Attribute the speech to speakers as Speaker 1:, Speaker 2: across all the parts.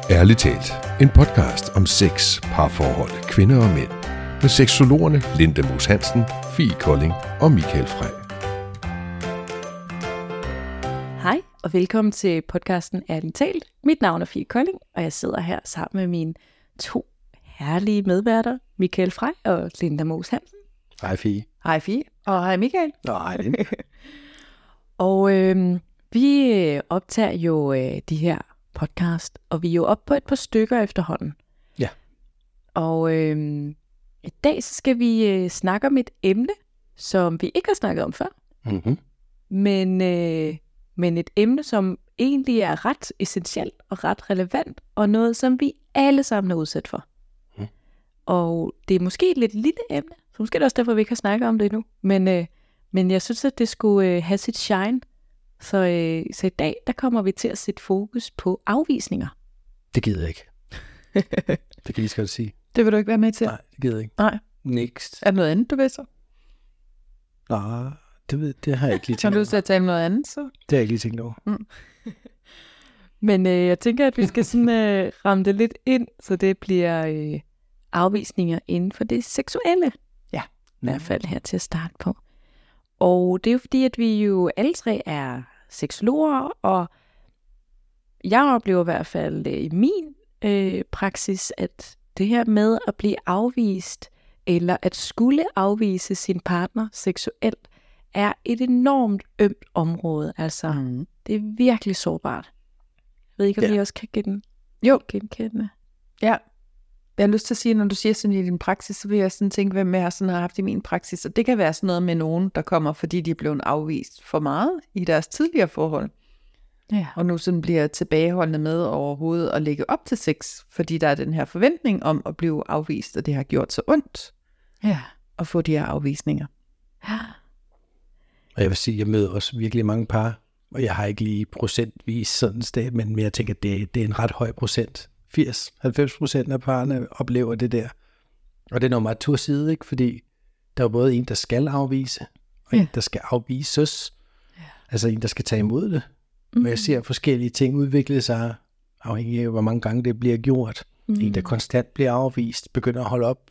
Speaker 1: Ærligt talt, en podcast om sex, parforhold, kvinder og mænd. Med seksologerne Linda Moos Hansen, Fie Kolding og Michael Frey.
Speaker 2: Hej og velkommen til podcasten Ærligt talt. Mit navn er Fie Kolding, og jeg sidder her sammen med mine to herlige medværter, Michael Frey og Linda Moos Hansen.
Speaker 3: Hej Fie.
Speaker 2: Hej Fie, og hej Michael.
Speaker 3: Hej Linda.
Speaker 2: Og vi optager jo de her podcast, og vi er jo oppe på et par stykker efterhånden.
Speaker 3: Ja.
Speaker 2: Og i dag så skal vi snakke om et emne, som vi ikke har snakket om før.
Speaker 3: Mm-hmm.
Speaker 2: Men et emne, som egentlig er ret essentielt og ret relevant, og noget, som vi alle sammen er udsat for. Mm. Og det er måske et lidt lille emne, så måske er det også derfor, vi ikke har snakket om det endnu. Men jeg synes, at det skulle have sit shine. Så i dag, der kommer vi til at sætte fokus på afvisninger.
Speaker 3: Det gider jeg ikke. Det kan jeg lige sige.
Speaker 2: Det vil du ikke være med til?
Speaker 3: Nej, det gider jeg ikke.
Speaker 2: Nej.
Speaker 3: Next.
Speaker 2: Er der noget andet, du vil så?
Speaker 3: Nej, det har jeg ikke lige tænkt
Speaker 2: over.
Speaker 3: Har du
Speaker 2: lyst til at tale om noget andet, så?
Speaker 3: Det har jeg ikke lige tænkt over. Mm.
Speaker 2: Men jeg tænker, at vi skal sådan ramme det lidt ind, så det bliver afvisninger inden for det seksuelle. Ja, i hvert fald her til at starte på. Og det er jo fordi, at vi jo alle tre er seksologer, og jeg oplever i hvert fald i min praksis, at det her med at blive afvist, eller at skulle afvise sin partner seksuelt, er et enormt ømt område. Altså, det er virkelig sårbart. Jeg ved ikke, om I også kan genkende.
Speaker 4: Ja. Jeg har lyst til at sige, når du siger sådan i din praksis, så vil jeg sådan tænke, hvem jeg sådan har haft i min praksis. Og det kan være sådan noget med nogen, der kommer, fordi de er blevet afvist for meget i deres tidligere forhold.
Speaker 2: Ja.
Speaker 4: Og nu sådan bliver tilbageholdende med overhovedet at lægge op til sex, fordi der er den her forventning om at blive afvist, og det har gjort så ondt at få de her afvisninger.
Speaker 2: Ja.
Speaker 3: Og jeg vil sige, jeg møder også virkelig mange par, og jeg har ikke lige procentvis sådan sted, men jeg tænker, at det er en ret høj procent. 80-90% af parerne oplever det der. Og det er noget meget turside, ikke? Fordi der er både en, der skal afvise, og en, der skal afvises. Ja. Altså en, der skal tage imod det. Og jeg ser forskellige ting udvikle sig, afhængig af, hvor mange gange det bliver gjort. En, der konstant bliver afvist, begynder at holde op.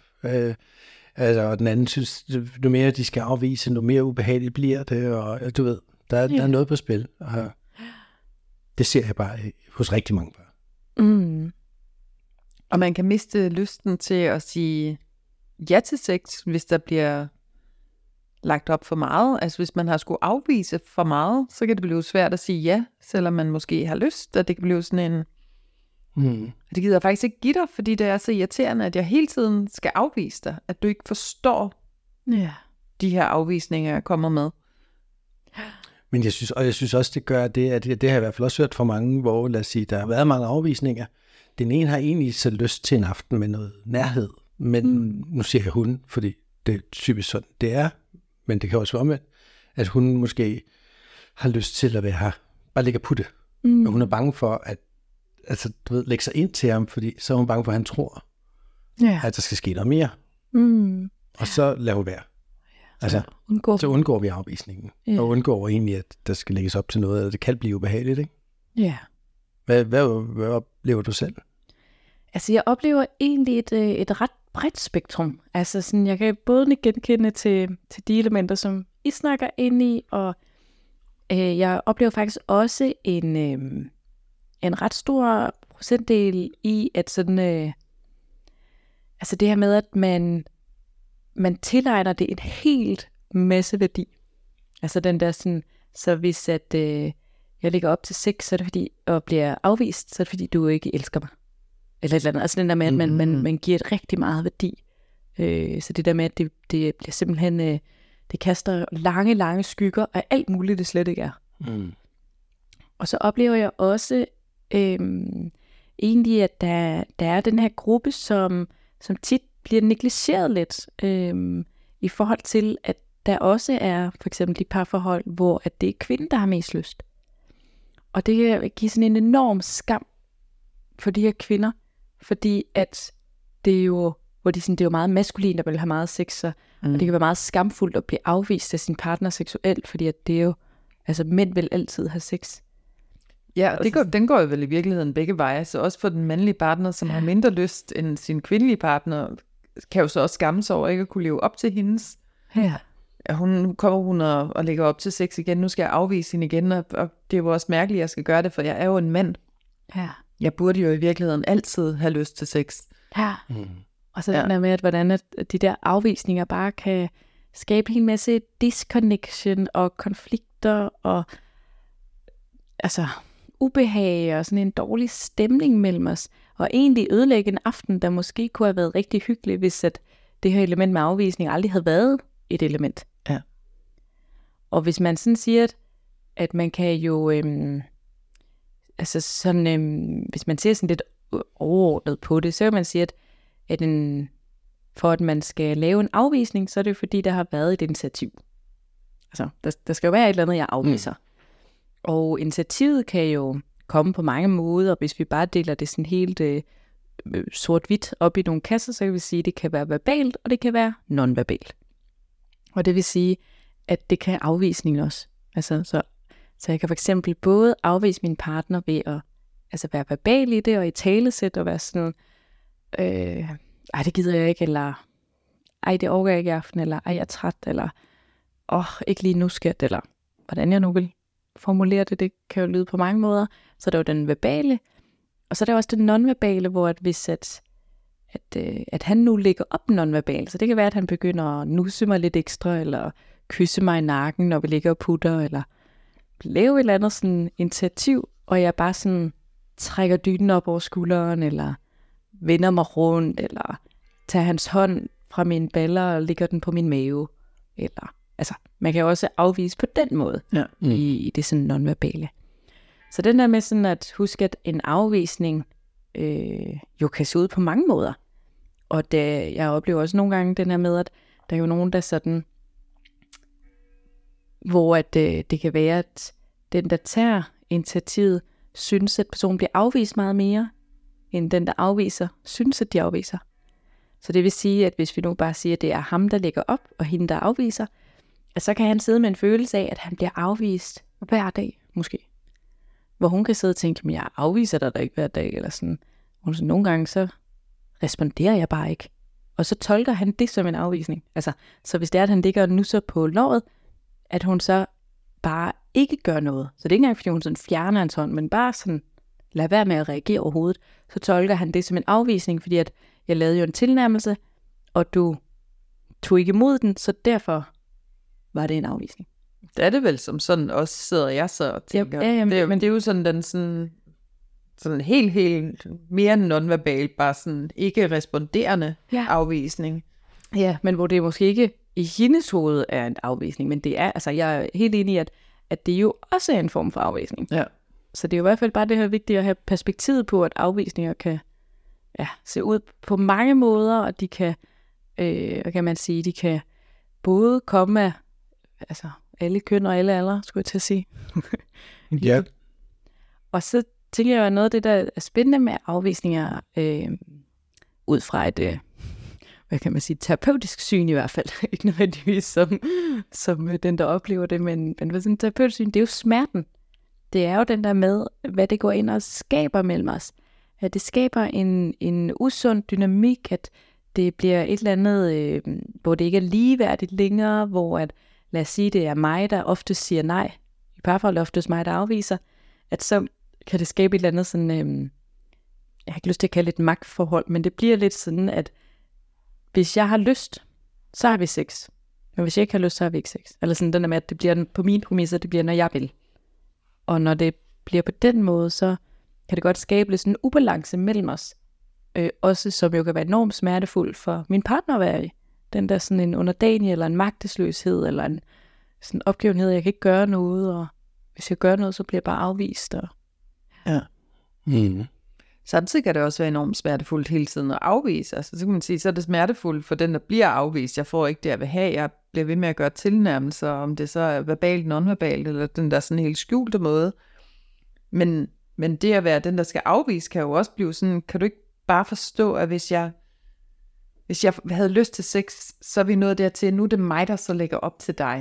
Speaker 3: Og den anden synes, jo mere de skal afvise, jo mere ubehageligt bliver det. Og du ved, der er noget på spil. Og det ser jeg bare hos rigtig mange par.
Speaker 4: Mm. Og man kan miste lysten til at sige ja til sex, hvis der bliver lagt op for meget. Altså hvis man har skulle afvise for meget, så kan det blive svært at sige ja, selvom man måske har lyst. Og det kan blive sådan en... Det gider jeg faktisk ikke give dig, fordi det er så irriterende, at jeg hele tiden skal afvise dig. At du ikke forstår de her afvisninger, jeg kommer med.
Speaker 3: Men jeg synes også, det gør det, at det har jeg i hvert fald også hørt fra mange, hvor lad os sige, der har været mange afvisninger. Den ene har egentlig så lyst til en aften med noget nærhed, men nu siger jeg hun, fordi det er typisk sådan, det er, men det kan også være omvendt, at hun måske har lyst til at være her, bare ligge og putte. Og hun er bange for at lægge sig ind til ham, fordi så er hun bange for, at han tror, at der skal ske noget mere. Og så lader hun være. Altså, så undgår vi afvisningen, og undgår egentlig, at der skal lægges op til noget, og det kan blive ubehageligt, ikke?
Speaker 2: Ja.
Speaker 3: Hvad oplever du selv?
Speaker 2: Altså, jeg oplever egentlig et ret bredt spektrum. Altså, sådan, jeg kan både genkende til de elementer, som I snakker ind i, og jeg oplever faktisk også en ret stor procentdel i, at sådan, altså det her med, at man tilegner det en helt masse værdi. Altså den der sådan, så hvis at jeg ligger op til sex, så er det fordi, og bliver afvist, så er det fordi, du ikke elsker mig. Eller et eller andet. Altså den der med, at man giver et rigtig meget værdi. Så det der med, at det bliver simpelthen, det kaster lange skygger af alt muligt, det slet ikke er. Og så oplever jeg også egentlig, at der er den her gruppe, som tit bliver negligeret lidt i forhold til, at der også er for eksempel de parforhold, hvor at det er kvinden, der har mest lyst. Og det kan give sådan en enorm skam for de her kvinder, fordi at det er jo, hvor det er jo meget maskulint at vil have meget sex, og det kan være meget skamfuldt at blive afvist af sin partner seksuelt, fordi at det er jo, altså mænd vil altid have sex.
Speaker 4: Ja, og den går jo vel i virkeligheden begge veje, så også for den mandlige partner, som har mindre lyst end sin kvindelige partner, kan jo så også skamme sig over ikke at kunne leve op til hendes.
Speaker 2: Ja.
Speaker 4: Nu kommer hun og lægger op til sex igen, nu skal jeg afvise hende igen, og det er jo også mærkeligt, at jeg skal gøre det, for jeg er jo en mand.
Speaker 2: Ja.
Speaker 4: Jeg burde jo i virkeligheden altid have lyst til sex.
Speaker 2: Ja. Og så den der med, at hvordan at de der afvisninger bare kan skabe en masse disconnection og konflikter og altså ubehag og sådan en dårlig stemning mellem os, og egentlig ødelægge en aften, der måske kunne have været rigtig hyggelig, hvis at det her element med afvisning aldrig havde været et element.
Speaker 4: Ja.
Speaker 2: Og hvis man sådan siger, at man kan jo, altså sådan, hvis man ser sådan lidt overordnet på det, så kan man sige, at for at man skal lave en afvisning, så er det jo fordi, der har været et initiativ. Altså, der skal jo være et eller andet, jeg afviser. Og initiativet kan jo komme på mange måder, og hvis vi bare deler det sådan helt sort-hvidt op i nogle kasser, så kan vi sige, at det kan være verbalt, og det kan være non-verbalt. Og det vil sige, at det kan afvisningen også. Altså, så jeg kan for eksempel både afvise min partner ved at være verbal i det, og i talesæt, og være sådan, det gider jeg ikke, eller det overgår jeg ikke i aften, eller jeg er træt, eller ikke lige nu skat, eller hvordan jeg nu vil formulere det kan jo lyde på mange måder. Så der er jo den verbale, og så er der også den nonverbale, hvor at hvis at han nu lægger op nonverbalt, så det kan være, at han begynder at nusse mig lidt ekstra, eller kysse mig i nakken, når vi ligger og putter, eller lave et eller andet sådan initiativ, og jeg bare sådan trækker dynen op over skulderen, eller vender mig rundt, eller tager hans hånd fra mine baller og lægger den på min mave, eller altså, man kan jo også afvise på den måde i det sådan nonverbale. Så den der med sådan at huske, at en afvisning jo kan se ud på mange måder. Og jeg oplever også nogle gange den her med, at der er jo nogen, der sådan, hvor at det kan være, at den, der tager initiativet, synes, at personen bliver afvist meget mere, end den, der afviser, synes, at de afviser. Så det vil sige, at hvis vi nu bare siger, at det er ham, der lægger op, og hende, der afviser, så kan han sidde med en følelse af, at han bliver afvist hver dag, måske. Hvor hun kan sidde og tænke, men jeg afviser dig da ikke hver dag, eller sådan. Og så nogle gange, så responderer jeg bare ikke. Og så tolker han det som en afvisning. Altså, så hvis det er, at han ligger og nusser på låret, at hun så bare ikke gør noget. Så det er ikke engang, fordi hun sådan fjerner hans hånd, men bare sådan, lad være med at reagere overhovedet. Så tolker han det som en afvisning, fordi at jeg lavede jo en tilnærmelse, og du tog ikke imod den, så derfor var det en afvisning.
Speaker 4: Det er det vel som sådan, også sidder jeg så og tænker. Men det er jo sådan den sådan helt mere nonverbal, bare sådan ikke responderende afvisning.
Speaker 2: Ja, men hvor det måske ikke i hendes hoved er en afvisning, men det er, altså jeg er helt enig i, at det jo også er en form for afvisning.
Speaker 4: Ja.
Speaker 2: Så det er jo i hvert fald bare det her vigtigt at have perspektivet på, at afvisninger kan se ud på mange måder, og de kan, kan man sige, de kan både komme af altså alle køn og alle aldre, skulle jeg til at sige.
Speaker 3: Ja. Og
Speaker 2: så tænker jeg, at noget af det, der er spændende med afvisninger, ud fra et, hvad kan man sige, terapeutisk syn i hvert fald, ikke nødvendigvis som den, der oplever det, men sådan en terapeutisk syn, det er jo smerten. Det er jo den der med, hvad det går ind og skaber mellem os. At det skaber en usund dynamik, at det bliver et eller andet, hvor det ikke er ligeværdigt længere, hvor at, lad os sige, det er mig, der ofte siger nej, i parforhold oftest mig, der afviser, at så kan det skabe et eller andet sådan, jeg har ikke lyst til at kalde det et magtforhold, men det bliver lidt sådan, at hvis jeg har lyst, så har vi sex. Men hvis jeg ikke har lyst, så har vi ikke sex. Eller sådan den der med, at det bliver på mine præmisser, det bliver, når jeg vil. Og når det bliver på den måde, så kan det godt skabe lidt sådan en ubalance mellem os. Også som jo kan være enormt smertefuld for min partner at være i. Den der sådan en underdanig, eller en magtesløshed, eller en sådan opgivenhed, jeg kan ikke gøre noget, og hvis jeg gør noget, så bliver jeg bare afvist. Og
Speaker 4: ja. Samtidig kan det også være enormt smertefuldt hele tiden at afvise. Altså, så kan man sige, så er det smertefuldt for den, der bliver afvist. Jeg får ikke det, jeg vil have. Jeg bliver ved med at gøre tilnærmelser, om det så er verbalt, nonverbalt, eller den der sådan helt skjulte måde. Men det at være den, der skal afvise, kan jo også blive sådan, kan du ikke bare forstå, at hvis jeg havde lyst til sex, så er vi nået dertil, nu er det mig, der så lægger op til dig.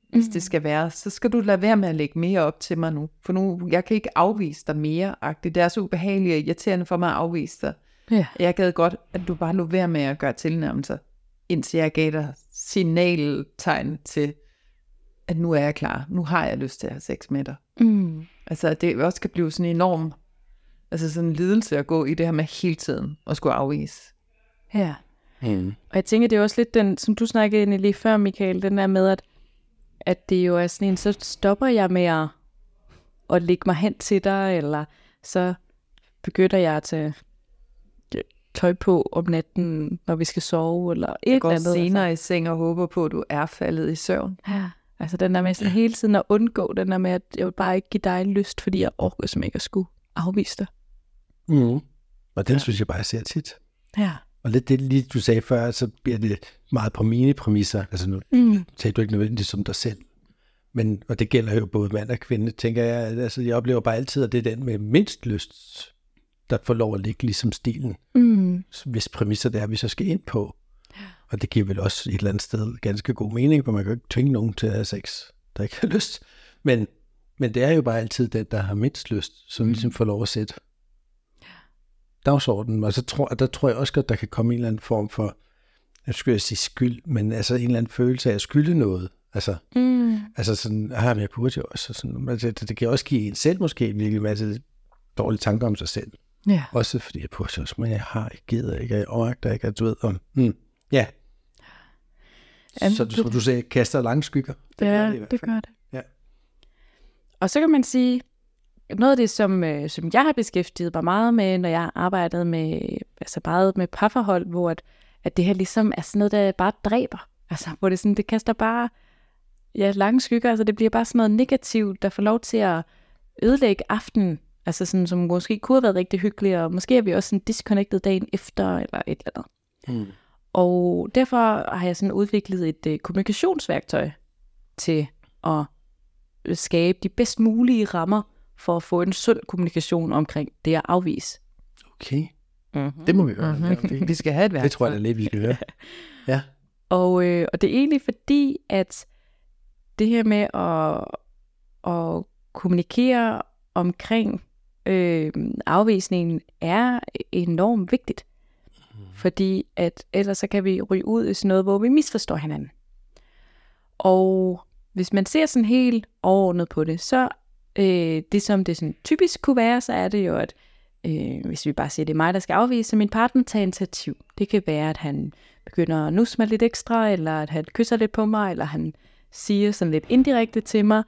Speaker 4: hvis det skal være, så skal du lade være med at lægge mere op til mig nu. For nu, jeg kan ikke afvise dig mere-agtigt. Det er så ubehageligt og irriterende for mig at afvise dig.
Speaker 2: Ja.
Speaker 4: Jeg gad godt, at du bare lå være med at gøre tilnærmelser, indtil jeg gav dig signaltegn til, at nu er jeg klar. Nu har jeg lyst til at have sex med dig. Altså, det også kan blive sådan enorm, altså sådan en lidelse at gå i det her med hele tiden at skulle afvise.
Speaker 2: Ja. Og jeg tænker, det er også lidt den, som du snakkede ind i lige før, Michael, den der med, at det jo er sådan en, så stopper jeg med at lægge mig hen til dig, eller så begynder jeg at tage tøj på om natten, når vi skal sove, eller et eller andet.
Speaker 4: Jeg går senere i seng og håber på, at du er faldet i søvn.
Speaker 2: Ja, altså den der med sådan hele tiden at undgå, den der med, at jeg vil bare ikke give dig lyst, fordi jeg orker simpelthen ikke at skulle afvise dig.
Speaker 3: Og den synes jeg bare, jeg ser tit.
Speaker 2: Ja.
Speaker 3: Og lidt det lige du sagde før, så bliver det meget på mine præmisser. Altså nu tager du ikke nødvendigt som dig selv. Men, og det gælder jo både mand og kvinde, tænker jeg. Altså jeg oplever bare altid, at det er den med mindst lyst, der får lov at ligge ligesom stilen. Hvis præmisser det er, vi så skal ind på. Og det giver vel også et eller andet sted ganske god mening, for man kan jo ikke tvinge nogen til at have sex, der ikke har lyst. Men det er jo bare altid den, der har mindst lyst, som ligesom får lov at sætte dagsordenen. Og så tror jeg også godt, der kan komme en eller anden form for, jeg skulle sige skyld, men altså en eller anden følelse af at skylde noget. Altså sådan, men jeg burde jo også. Sådan, altså, det kan også give en selv måske en virkelig masse dårlige tanker om sig selv.
Speaker 2: Ja.
Speaker 3: Også fordi jeg burde også, men jeg har ikke givet, ikke, jeg overagter ikke, at du ved om. Ja. Så du sagde, kaster lange skygger.
Speaker 2: Det gør det.
Speaker 3: Ja.
Speaker 2: Og så kan man sige, noget af det, som jeg har beskæftiget mig meget med, når jeg har arbejdet med, altså meget med parforhold, hvor at det her ligesom er sådan noget, der bare dræber. Altså, hvor det sådan, det kaster bare lange skygger, altså det bliver bare sådan noget negativt, der får lov til at ødelægge aftenen, altså sådan, som måske kunne have været rigtig hyggeligt, og måske er vi også sådan disconnected dagen efter, eller et eller andet. Og derfor har jeg sådan udviklet et kommunikationsværktøj til at skabe de bedst mulige rammer for at få en sund kommunikation omkring det at afvise.
Speaker 3: Okay. Det må vi høre.
Speaker 4: Vi skal have et værktøj.
Speaker 3: Det tror jeg da lidt, vi skal høre. Ja.
Speaker 2: Og det er egentlig fordi, at det her med at kommunikere omkring afvisningen er enormt vigtigt. Fordi at ellers så kan vi ryge ud i sådan noget, hvor vi misforstår hinanden. Og hvis man ser sådan helt overordnet på det, så det som det sådan typisk kunne være, så er det jo, at hvis vi bare siger, det er mig, der skal afvise, så min partner tager initiativ. Det kan være, at han begynder at nusse mig lidt ekstra, eller at han kysser lidt på mig, eller han siger sådan lidt indirekte til mig,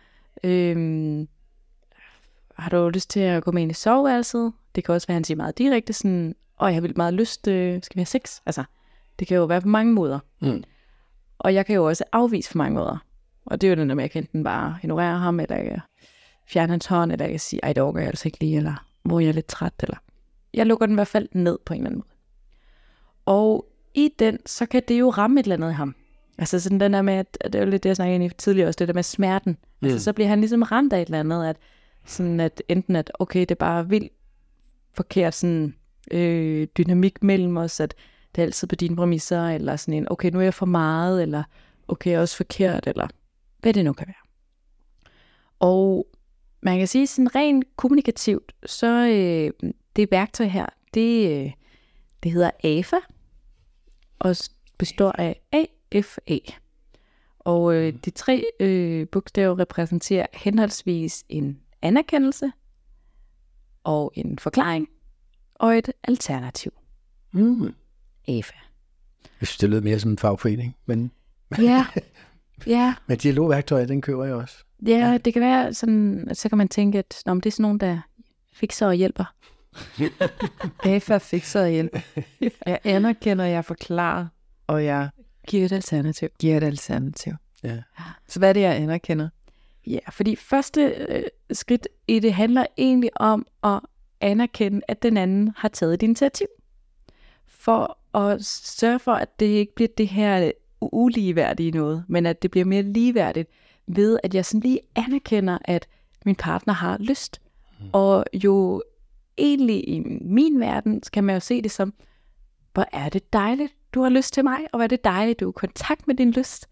Speaker 2: har du lyst til at gå med ind i soveværelset? Det kan også være, at han siger meget direkte, sådan, jeg har vildt meget lyst, skal vi have sex? Altså, det kan jo være på mange måder. Og jeg kan jo også afvise på mange måder. Og det er jo den der med, at jeg kan enten bare ignorere ham, eller jeg kan fjerne hans hånd, eller jeg kan sige, det orker jeg altså ikke lige, eller hvor jeg er lidt træt, eller jeg lukker den i hvert fald ned på en eller anden måde. Og i den, så kan det jo ramme et eller andet i ham. Altså sådan den der med, at det er jo lidt det, jeg snakkede ind i tidligere også, det der med smerten. Altså så bliver han ligesom ramt af et eller andet, at sådan at enten at, okay, det er bare vildt forkert sådan dynamik mellem os, at det er altid på dine præmisser, eller sådan en, okay, nu er jeg for meget, eller okay, også forkert, eller hvad det nu kan være. Og man kan sige sådan rent kommunikativt, så det værktøj her, det hedder AFA, og består af AFA. Og de 3 bogstaver repræsenterer henholdsvis en anerkendelse, og en forklaring, og et alternativ. AFA.
Speaker 3: Jeg synes, det lyder mere som en fagforening, men
Speaker 2: ja.
Speaker 3: Men dialogværktøjer, den køber jeg også.
Speaker 2: Ja, det kan være sådan, at så kan man tænke, at det er sådan nogen, der fikser og hjælper.
Speaker 4: AFA fikser og hjælper. Jeg anerkender, jeg forklarer, og jeg
Speaker 2: giver et alternativ.
Speaker 3: Ja.
Speaker 4: Så hvad er det, jeg anerkender?
Speaker 2: Ja, fordi første skridt i det handler egentlig om at anerkende, at den anden har taget et initiativ. For at sørge for, at det ikke bliver det her uligeværdige noget, men at det bliver mere ligeværdigt ved, at jeg sådan lige anerkender, at min partner har lyst. Og jo egentlig i min verden, kan man jo se det som, hvor er det dejligt, du har lyst til mig, og hvor er det dejligt, du er i kontakt med din lyst.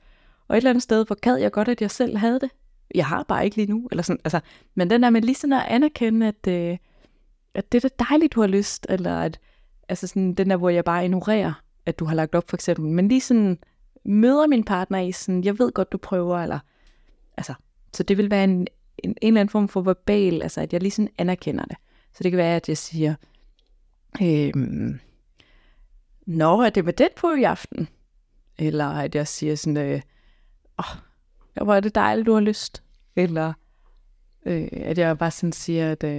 Speaker 2: Og et eller andet sted, hvor gad jeg godt, at jeg selv havde det. Jeg har bare ikke lige nu. Eller sådan, altså, men den der med lige sådan at anerkende, at det er da dejligt, du har lyst. Eller at, altså sådan, den der, hvor jeg bare ignorerer, at du har lagt op for eksempel. Men lige sådan møder min partner i sådan, jeg ved godt, du prøver. Eller, altså, så det vil være en eller anden form for verbal, altså at jeg lige sådan anerkender det. Så det kan være, at jeg siger, nå, er det med den på i aften? Eller at jeg siger sådan, hvor er det dejligt, du har lyst. Eller at jeg bare sådan siger, at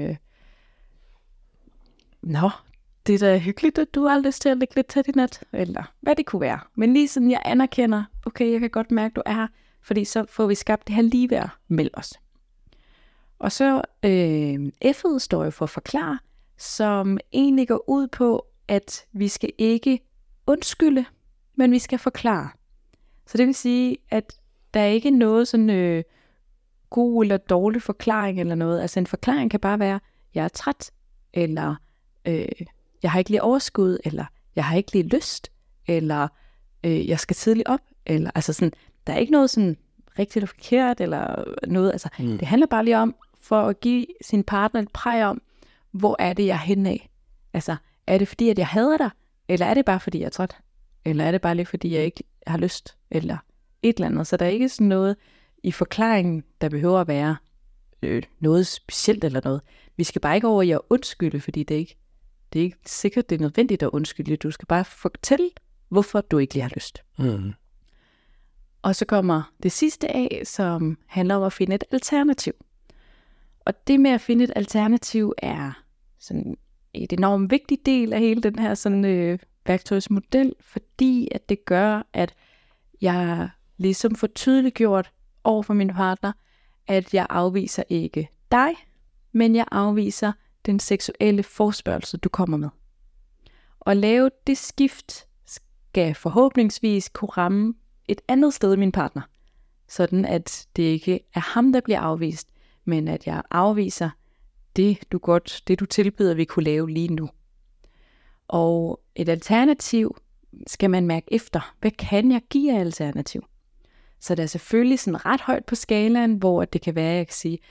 Speaker 2: nå, det er da hyggeligt, at du har lyst til at lægge lidt tæt i nat. Eller hvad det kunne være. Men lige sådan, jeg anerkender, okay, jeg kan godt mærke, du er her. Fordi så får vi skabt det her ligeværd mellem os. Og så F'et står jo for at forklare, som egentlig går ud på, at vi skal ikke undskylde, men vi skal forklare. Så det vil sige, at der er ikke noget sådan god eller dårlig forklaring eller noget. Altså en forklaring kan bare være, jeg er træt, eller jeg har ikke lige overskud, eller jeg har ikke lige lyst, eller jeg skal tidligt op, eller altså sådan, der er ikke noget sådan rigtigt eller forkert, eller noget, altså det handler bare lige om, for at give sin partner et præg om, hvor er det, jeg er henne af? Altså, er det fordi, at jeg hader dig, eller er det bare fordi, jeg er træt? Eller er det bare lige fordi, jeg ikke har lyst, eller et eller andet? Så der er ikke sådan noget i forklaringen, der behøver at være noget specielt eller noget. Vi skal bare ikke over i at undskylde, fordi det er ikke sikkert, det er nødvendigt at undskylde. Du skal bare fortælle, hvorfor du ikke lige har lyst. Mm. Og så kommer det sidste af, som handler om at finde et alternativ. Og det med at finde et alternativ er sådan et enormt vigtig del af hele den her sådan, værktøjsmodel, fordi at det gør, at jeg ligesom får tydeliggjort over for min partner, at jeg afviser ikke dig, men jeg afviser den seksuelle forespørgsel, du kommer med. Og lave det skift skal forhåbningsvis kunne ramme et andet sted i min partner, sådan at det ikke er ham, der bliver afvist, men at jeg afviser det du tilbyder, vi kunne lave lige nu. Og et alternativ skal man mærke efter. Hvad kan jeg give af alternativ? Så der er selvfølgelig sådan ret højt på skalaen, hvor det kan være, at jeg kan sige,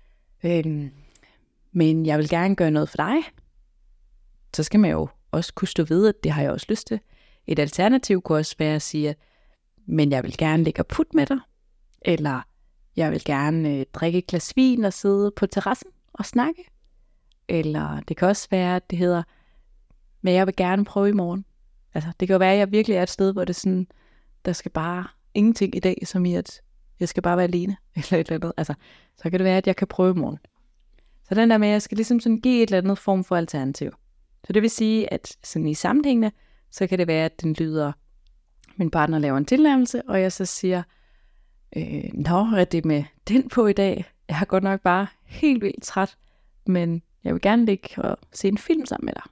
Speaker 2: men jeg vil gerne gøre noget for dig. Så skal man jo også kunne stå ved, at det har jeg også lyst til. Et alternativ kunne også være at sige, men jeg vil gerne ligge og putte med dig. Eller jeg vil gerne drikke et glas vin og sidde på terrassen og snakke. Eller det kan også være, at det hedder, men jeg vil gerne prøve i morgen. Altså, det kan jo være, at jeg virkelig er et sted, hvor det er sådan, der skal bare ingenting i dag, som i at jeg skal bare være alene. Eller et eller andet. Altså, så kan det være, at jeg kan prøve i morgen. Så den der med, at jeg skal ligesom sådan give et eller andet form for alternativ. Så det vil sige, at sådan i sammenhængende, så kan det være, at den lyder, min partner laver en tilnærmelse, og jeg så siger, nå, er det med den på i dag? Jeg har godt nok bare helt vildt træt, men jeg vil gerne ligge og se en film sammen med dig.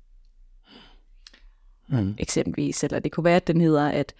Speaker 2: Eksempelvis, eller det kunne være, at den hedder, at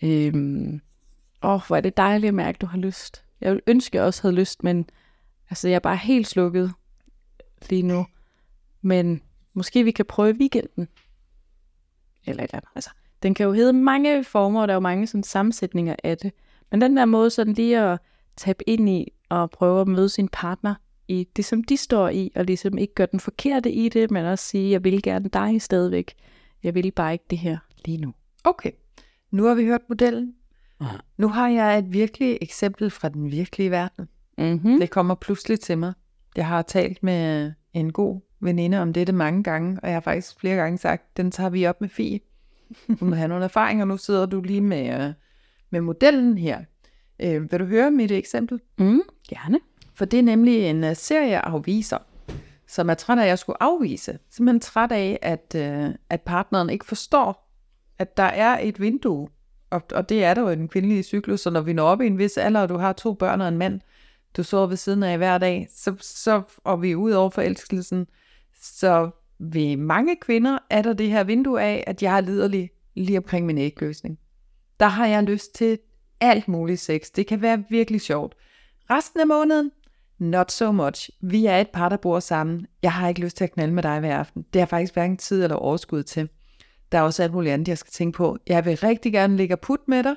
Speaker 2: hvor er det dejligt at mærke, at du har lyst. Jeg vil ønske, at jeg også havde lyst, men altså, jeg er bare helt slukket lige nu. Men måske vi kan prøve weekenden. Eller et eller andet. Altså, den kan jo hedde mange former, og der er jo mange sådan sammensætninger af det. Men den der måde sådan lige at tabe ind i og prøve at møde sin partner i det, som de står i, og ligesom ikke gøre den forkerte i det, men også sige, jeg vil gerne dig stadigvæk. Jeg vil bare ikke det her lige nu.
Speaker 4: Okay, nu har vi hørt modellen. Nu har jeg et virkelig eksempel fra den virkelige verden. Mm-hmm. Det kommer pludselig til mig. Jeg har talt med en god veninde om dette mange gange, og jeg har faktisk flere gange sagt, den tager vi op med Fie. Hun må have nogle erfaringer, og nu sidder du lige med modellen her. Vil du høre mit eksempel?
Speaker 2: Gerne.
Speaker 4: For det er nemlig en serie afviser, som er træt af, at jeg skulle afvise. Simpelthen træt af, at partneren ikke forstår, at der er et vindue. Og det er der jo i den kvindelige cyklus, så når vi når op i en vis alder, og du har 2 børn og en mand, du sover ved siden af hver dag, og vi er ude over forelskelsen, så ved mange kvinder er der det her vindue af, at jeg er liderlig lige omkring min ægløsning. Der har jeg lyst til alt muligt sex. Det kan være virkelig sjovt. Resten af måneden, not so much. Vi er et par, der bor sammen. Jeg har ikke lyst til at knalde med dig hver aften. Det har faktisk hverken tid eller overskud til. Der er også alt muligt andet, jeg skal tænke på. Jeg vil rigtig gerne ligge og putte med dig.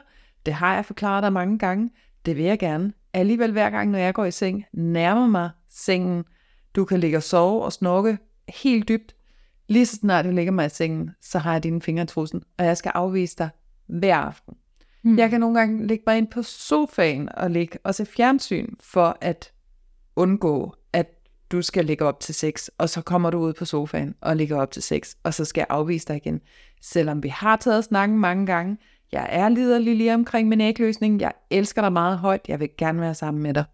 Speaker 4: det har jeg forklaret dig mange gange, det vil jeg gerne. Alligevel hver gang, når jeg går i seng, nærmer mig sengen. Du kan ligge og sove og snorke helt dybt. Lige så snart jeg ligger mig i sengen, så har jeg dine fingre i trussen, og jeg skal afvise dig hver aften. Jeg kan nogle gange ligge mig ind på sofaen og ligge og se fjernsyn, for at undgå, at du skal ligge op til 6, og så kommer du ud på sofaen og ligger op til 6, og så skal jeg afvise dig igen. Selvom vi har taget snakken mange gange, jeg er liderlig lige omkring min ægløsning, jeg elsker dig meget højt, jeg vil gerne være sammen med dig.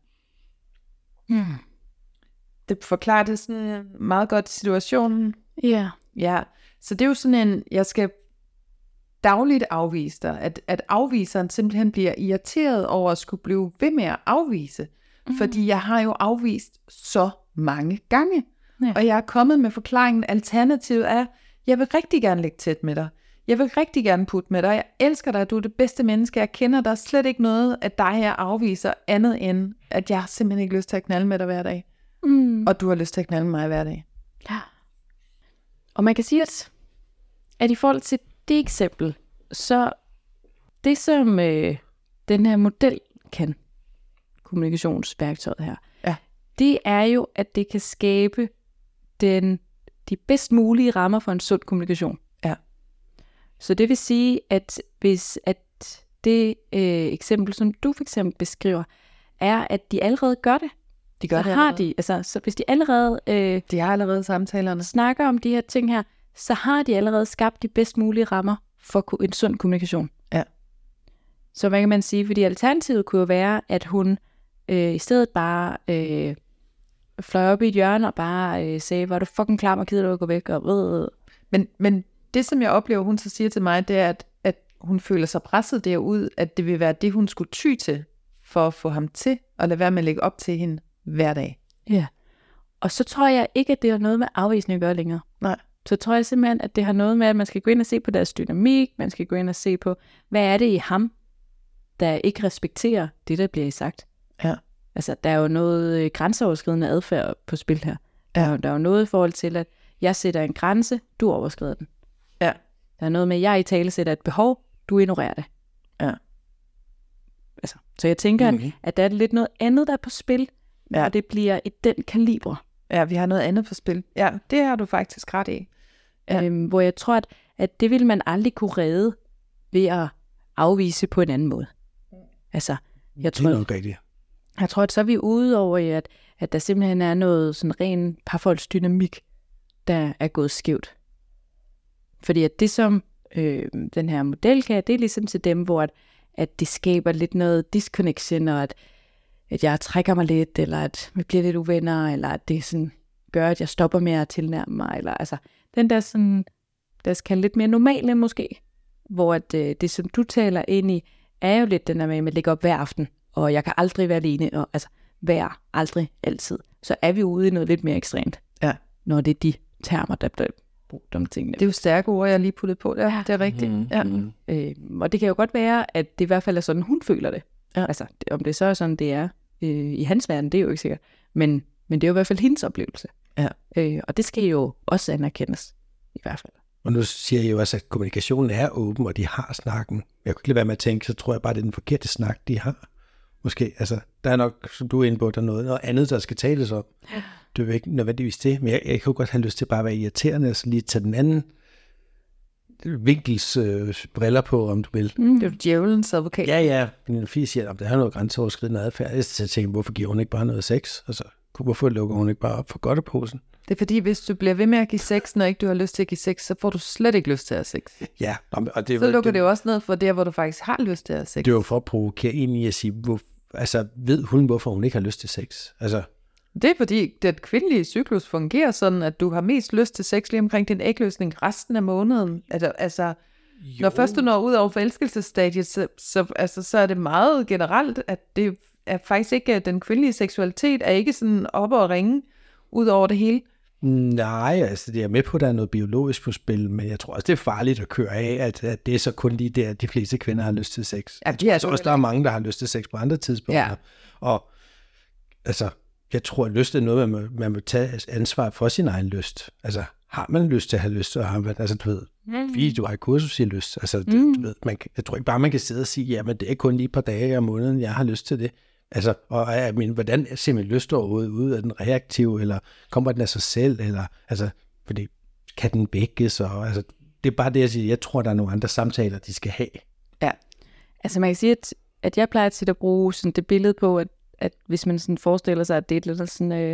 Speaker 4: Det forklarer det sådan meget godt situationen.
Speaker 2: Ja.
Speaker 4: Ja, så det er jo sådan en, jeg skal dagligt afvise dig, at afviseren simpelthen bliver irriteret over at skulle blive ved med at afvise, fordi jeg har jo afvist så mange gange, og jeg er kommet med forklaringen, alternativet er, jeg vil rigtig gerne ligge tæt med dig, jeg vil rigtig gerne putte med dig, jeg elsker dig, du er det bedste menneske, jeg kender, der er slet ikke noget af dig, jeg afviser, andet end, at jeg har simpelthen ikke lyst til at knalde med dig hver dag, og du har lyst til at knalde med mig hver dag.
Speaker 2: Ja. Og man kan sige, at i forhold til det eksempel, så det som den her model kan, kommunikationsværktøjet her, det er jo, at det kan skabe de bedst mulige rammer for en sund kommunikation.
Speaker 4: Ja.
Speaker 2: Så det vil sige, at hvis at det eksempel, som du for eksempel beskriver, er, at de allerede gør det,
Speaker 4: De gør
Speaker 2: så
Speaker 4: det
Speaker 2: har
Speaker 4: allerede.
Speaker 2: de, altså så hvis de allerede
Speaker 4: De har allerede samtalerne.
Speaker 2: snakker om de her ting her, så har de allerede skabt de bedst mulige rammer for en sund kommunikation.
Speaker 4: Ja.
Speaker 2: Så hvad kan man sige? Fordi alternativet kunne jo være, at hun i stedet bare fløj op i et hjørne og bare sagde, hvor er du fucking klam og gider du at gå væk? Og
Speaker 4: Men det, som jeg oplever, hun så siger til mig, det er, at hun føler sig presset derud, at det vil være det, hun skulle ty til, for at få ham til at lade være med at lægge op til hende hver dag.
Speaker 2: Ja. Og så tror jeg ikke, at det har noget med afvisning at gøre længere.
Speaker 4: Nej.
Speaker 2: Så tror jeg simpelthen, at det har noget med, at man skal gå ind og se på deres dynamik, man skal gå ind og se på, hvad er det i ham, der ikke respekterer det, der bliver sagt.
Speaker 4: Ja.
Speaker 2: Altså, der er jo noget grænseoverskridende adfærd på spil her.
Speaker 4: Ja.
Speaker 2: Der er jo noget i forhold til, at jeg sætter en grænse, du overskrider den.
Speaker 4: Ja.
Speaker 2: Der er noget med, at jeg i tale sætter et behov, du ignorerer det.
Speaker 4: Ja.
Speaker 2: Altså, så jeg tænker, at der er lidt noget andet, der er på spil, og det bliver i den kalibre.
Speaker 4: Ja, vi har noget andet på spil. Ja, det har du faktisk ret i. Ja.
Speaker 2: Hvor jeg tror, at det vil man aldrig kunne redde ved at afvise på en anden måde. Altså,
Speaker 3: Det er nok rigtigt.
Speaker 2: jeg tror, at så er vi ude over, at der simpelthen er noget sådan ren parforholdsdynamik, der er gået skævt. Fordi at det, som den her model kan, det er ligesom til dem, hvor at det skaber lidt noget disconnection, og at jeg trækker mig lidt, eller at vi bliver lidt uvenner, eller at det sådan gør, at jeg stopper med at tilnærme mig, eller altså den der sådan, der skal lidt mere normale måske, hvor at det, som du taler ind i, er jo lidt den der med at lægge op hver aften, og jeg kan aldrig være alene, og altså aldrig, altid. Så er vi ude i noget lidt mere ekstremt, når det er de termer, der bliver brugt om tingene.
Speaker 4: Det er jo stærke ord, jeg lige puttet på der. Ja. Det er rigtigt.
Speaker 2: Og det kan jo godt være, at det i hvert fald er sådan, hun føler det. Ja. Altså, om det så er sådan, det er i hans verden, det er jo ikke sikkert. Men det er jo i hvert fald hendes oplevelse.
Speaker 4: Ja.
Speaker 2: Og det skal jo også anerkendes, i hvert fald.
Speaker 3: Og nu siger jeg jo også, at kommunikationen er åben, og de har snakken. Jeg kunne ikke lade være med at tænke, så tror jeg bare, det er den forkerte snak, de har. Måske, altså, der er nok, som du er inde på, der er noget andet, der skal tales om. Ja. Det er jo ikke nødvendigvis det, men jeg kan godt have lyst til bare at være irriterende, og så lige tage den anden vinkels briller på, om du vil.
Speaker 4: Det er jo djævelens advokat.
Speaker 3: Ja, men Fie siger, at der er noget grænseoverskridende adfærd. Jeg tænker, hvorfor giver hun ikke bare noget sex? Altså, hvorfor lukker hun ikke bare op for godteposen?
Speaker 4: Det er fordi, hvis du bliver ved med at give sex, når ikke du har lyst til at give sex, så får du slet ikke lyst til at have sex.
Speaker 3: Ja, og det,
Speaker 4: så lukker det jo også ned for der, hvor du faktisk har lyst til at have sex.
Speaker 3: Det er jo for at provokere ind i at sige, ved hun, hvorfor hun ikke har lyst til sex? Altså,
Speaker 4: det er fordi, den kvindelige cyklus fungerer sådan, at du har mest lyst til sex lige omkring din ægløsning resten af måneden. Altså, når først du når ud over forelskelsesstadiet, så er det meget generelt, at det er faktisk ikke, den kvindelige seksualitet er ikke sådan oppe og ringe ud over det hele.
Speaker 3: Nej, altså det er med på, at der er noget biologisk på spil, men jeg tror også, det er farligt at køre af, at det er så kun lige der, de fleste kvinder har lyst til sex.
Speaker 4: Ja,
Speaker 3: jeg tror også, der er mange, der har lyst til sex på andre tidspunkter. Ja. Og altså, jeg tror, at lyst er noget, man må tage ansvar for sin egen lyst. Altså, har man lyst til at have lyst, så har man, altså du ved, fordi du har et kursus i lyst. Altså, du ved, jeg tror ikke bare, man kan sidde og sige, jamen det er kun lige et par dage om måneden, jeg har lyst til det. Altså, hvordan ser min lyst overhovedet ud? Er den reaktiv, eller kommer den af sig selv? Eller, altså, fordi kan den vækkes? Og, altså, det er bare det, jeg siger. Jeg tror, der er nogle andre samtaler, de skal have.
Speaker 2: Ja, altså man kan sige, at jeg plejer tit at bruge sådan det billede på, at hvis man sådan forestiller sig, at det er lidt sådan,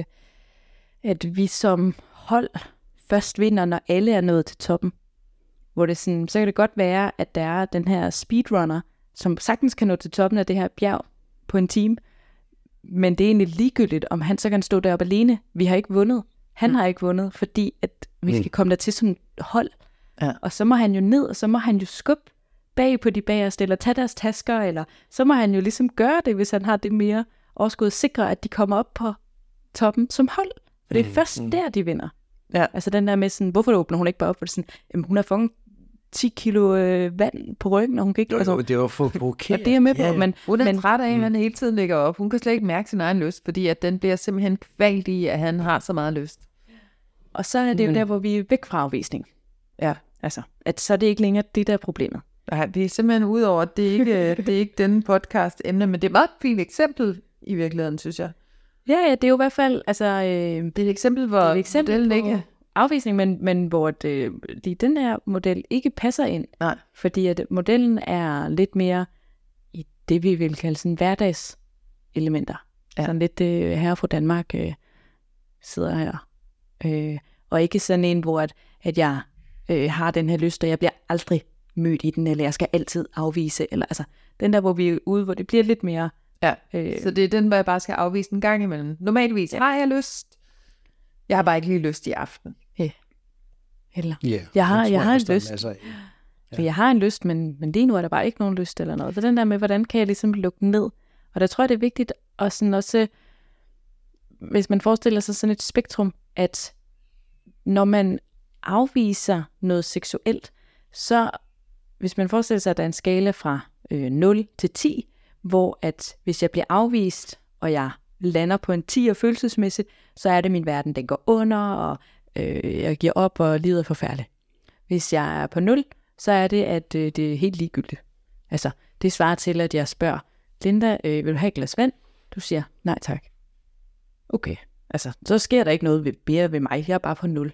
Speaker 2: at vi som hold først vinder, når alle er nået til toppen. Hvor det sådan, så kan det godt være, at der er den her speedrunner, som sagtens kan nå til toppen af det her bjerg på en time, men det er egentlig ligegyldigt, om han så kan stå deroppe alene. Vi har ikke vundet. Han har ikke vundet, fordi at vi skal komme der til sådan et hold. Ja. Og så må han jo ned, og så må han jo skubbe bag på de bagerste, eller tage deres tasker, eller så må han jo ligesom gøre det, hvis han har det mere overskud, sikre, at de kommer op på toppen som hold. For det er først der, de vinder. Ja. Altså den der med sådan, hvorfor åbner hun ikke bare op? For sådan, jamen, hun har fanget 10 kilo vand på ryggen, og hun kan ikke...
Speaker 3: Jo, det var for provokeret.
Speaker 2: Og det er med på, ja. Men
Speaker 4: hun er træt af, at han hele tiden ligger op. Hun kan slet ikke mærke sin egen lyst, fordi at den bliver simpelthen kvalt i, at han har så meget lyst.
Speaker 2: Og så er det jo der, hvor vi er væk fra afvisning. Ja. Altså, at så er det ikke længere det, der er problemet.
Speaker 4: Nej, vi er simpelthen ud over, at det er ikke denne podcast emne, men det er et meget fint eksempel i virkeligheden, synes jeg.
Speaker 2: Ja, det er jo i hvert fald, altså...
Speaker 4: det er et eksempel, hvor modellen ikke...
Speaker 2: afvisning, men hvor den her model ikke passer ind.
Speaker 4: Nej.
Speaker 2: Fordi at modellen er lidt mere i det, vi vil kalde sådan hverdagselementer. Ja. Sådan lidt her fra Danmark sidder her. Og ikke sådan en, hvor at jeg har den her lyst, og jeg bliver aldrig mødt i den, eller jeg skal altid afvise. Eller, altså, den der, hvor vi er ude, hvor det bliver lidt mere...
Speaker 4: Ja, så det er den, hvor jeg bare skal afvise en gang imellem. Normalvis har jeg lyst. Jeg har bare ikke lige lyst i aften.
Speaker 2: Eller,
Speaker 3: jeg
Speaker 2: har en lyst. Jeg har en lyst, men lige nu er der bare ikke nogen lyst eller noget. Så den der med, hvordan kan jeg ligesom lukke den ned? Og der tror jeg, det er vigtigt at sådan også, hvis man forestiller sig sådan et spektrum, at når man afviser noget seksuelt, så hvis man forestiller sig, at der er en skala fra 0 til 10, hvor at hvis jeg bliver afvist, og jeg lander på en 10'er følelsesmæssigt, så er det min verden, den går under, og jeg giver op, og livet er forfærdeligt. Hvis jeg er på 0, så er det, at det er helt ligegyldigt. Altså, det svarer til, at jeg spørger, Linda, vil du have et glas vand? Du siger, nej tak. Okay, altså, så sker der ikke noget mere ved mig, jeg er bare på 0.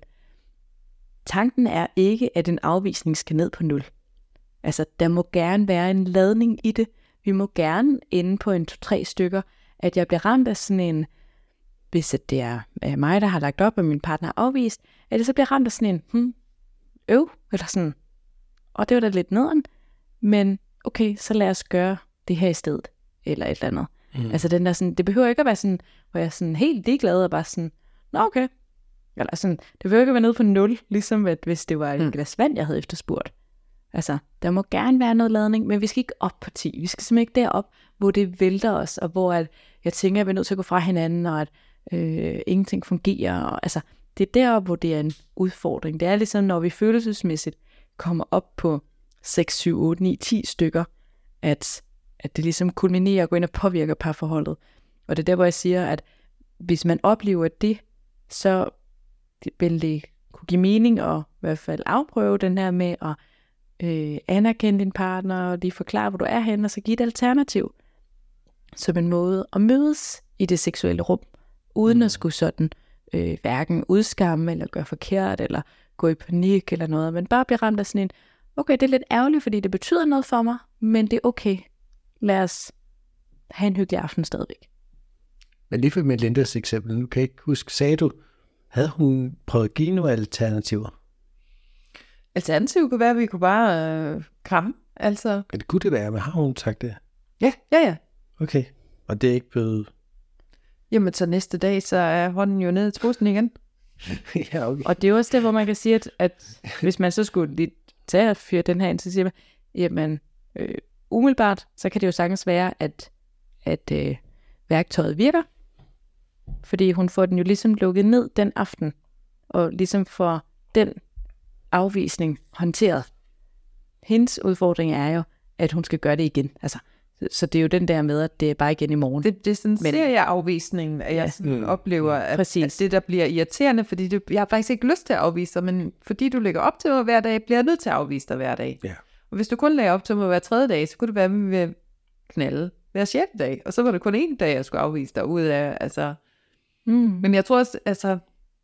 Speaker 2: Tanken er ikke, at en afvisning skal ned på 0. Altså, der må gerne være en ladning i det. Vi må gerne ende på en 2-3 stykker, at jeg bliver ramt af sådan en, hvis det er mig, der har lagt op, og min partner har afvist, at det så bliver ramt af sådan en, eller sådan, og det var da lidt nederen, men okay, så lad os gøre det her i stedet, eller et eller andet. Altså den der sådan, det behøver ikke at være sådan, hvor jeg er sådan helt ligeglad, og bare sådan, nå okay, eller sådan, det behøver ikke at være nede på 0, ligesom at hvis det var et glas vand, jeg havde efterspurgt. Altså, der må gerne være noget ladning, men vi skal ikke op på 10. Vi skal simpelthen ikke derop, hvor det vælter os, og hvor at jeg tænker, at vi er nødt til at gå fra hinanden, og at ingenting fungerer. Og, altså, det er deroppe, hvor det er en udfordring. Det er ligesom, når vi følelsesmæssigt kommer op på 6, 7, 8, 9, 10 stykker, at det ligesom kulminerer og går ind og påvirker parforholdet. Og det er der, hvor jeg siger, at hvis man oplever det, så vil det kunne give mening at i hvert fald afprøve den her med at anerkende din partner, og lige forklare, hvor du er henne, og så give et alternativ. Som en måde at mødes i det seksuelle rum, uden at skulle sådan hverken udskamme, eller gøre forkert, eller gå i panik, eller noget, men bare blive ramt af sådan en, okay, det er lidt ærgerligt, fordi det betyder noget for mig, men det er okay. Lad os have en hyggelig aften stadigvæk.
Speaker 3: Men lige for med Lindas eksempel, nu kan jeg ikke huske, sagde du, havde hun prøvet at give nogle alternativer?
Speaker 4: Alternativet kunne være, at vi kunne bare kramme, altså.
Speaker 3: Ja, det kunne det være, men har hun sagt det?
Speaker 4: Ja.
Speaker 3: Okay, og det er ikke blevet...
Speaker 4: Jamen, så næste dag, så er hånden jo nede i trussen igen.
Speaker 3: Ja, okay.
Speaker 2: Og det er også det, hvor man kan sige, at hvis man så skulle lige tage og fyre den her ind, så siger man, jamen, umiddelbart, så kan det jo sagtens være, at værktøjet virker, fordi hun får den jo ligesom lukket ned den aften, og ligesom får den afvisning håndteret. Hendes udfordring er jo, at hun skal gøre det igen. Altså, Så det er jo den der med, at det er bare igen i morgen.
Speaker 4: Det er sådan en serieafvisning, at jeg sådan oplever, at det der bliver irriterende, fordi jeg har faktisk ikke lyst til at afvise dig, men fordi du lægger op til mig hver dag, bliver jeg nødt til at afvise dig hver dag.
Speaker 3: Ja.
Speaker 4: Og hvis du kun lægger op til mig hver 3. dag, så kunne det være, at vi vil knalde hver 6. dag, og så var det kun 1 dag, jeg skulle afvise dig ud af, altså. Men jeg tror også, altså.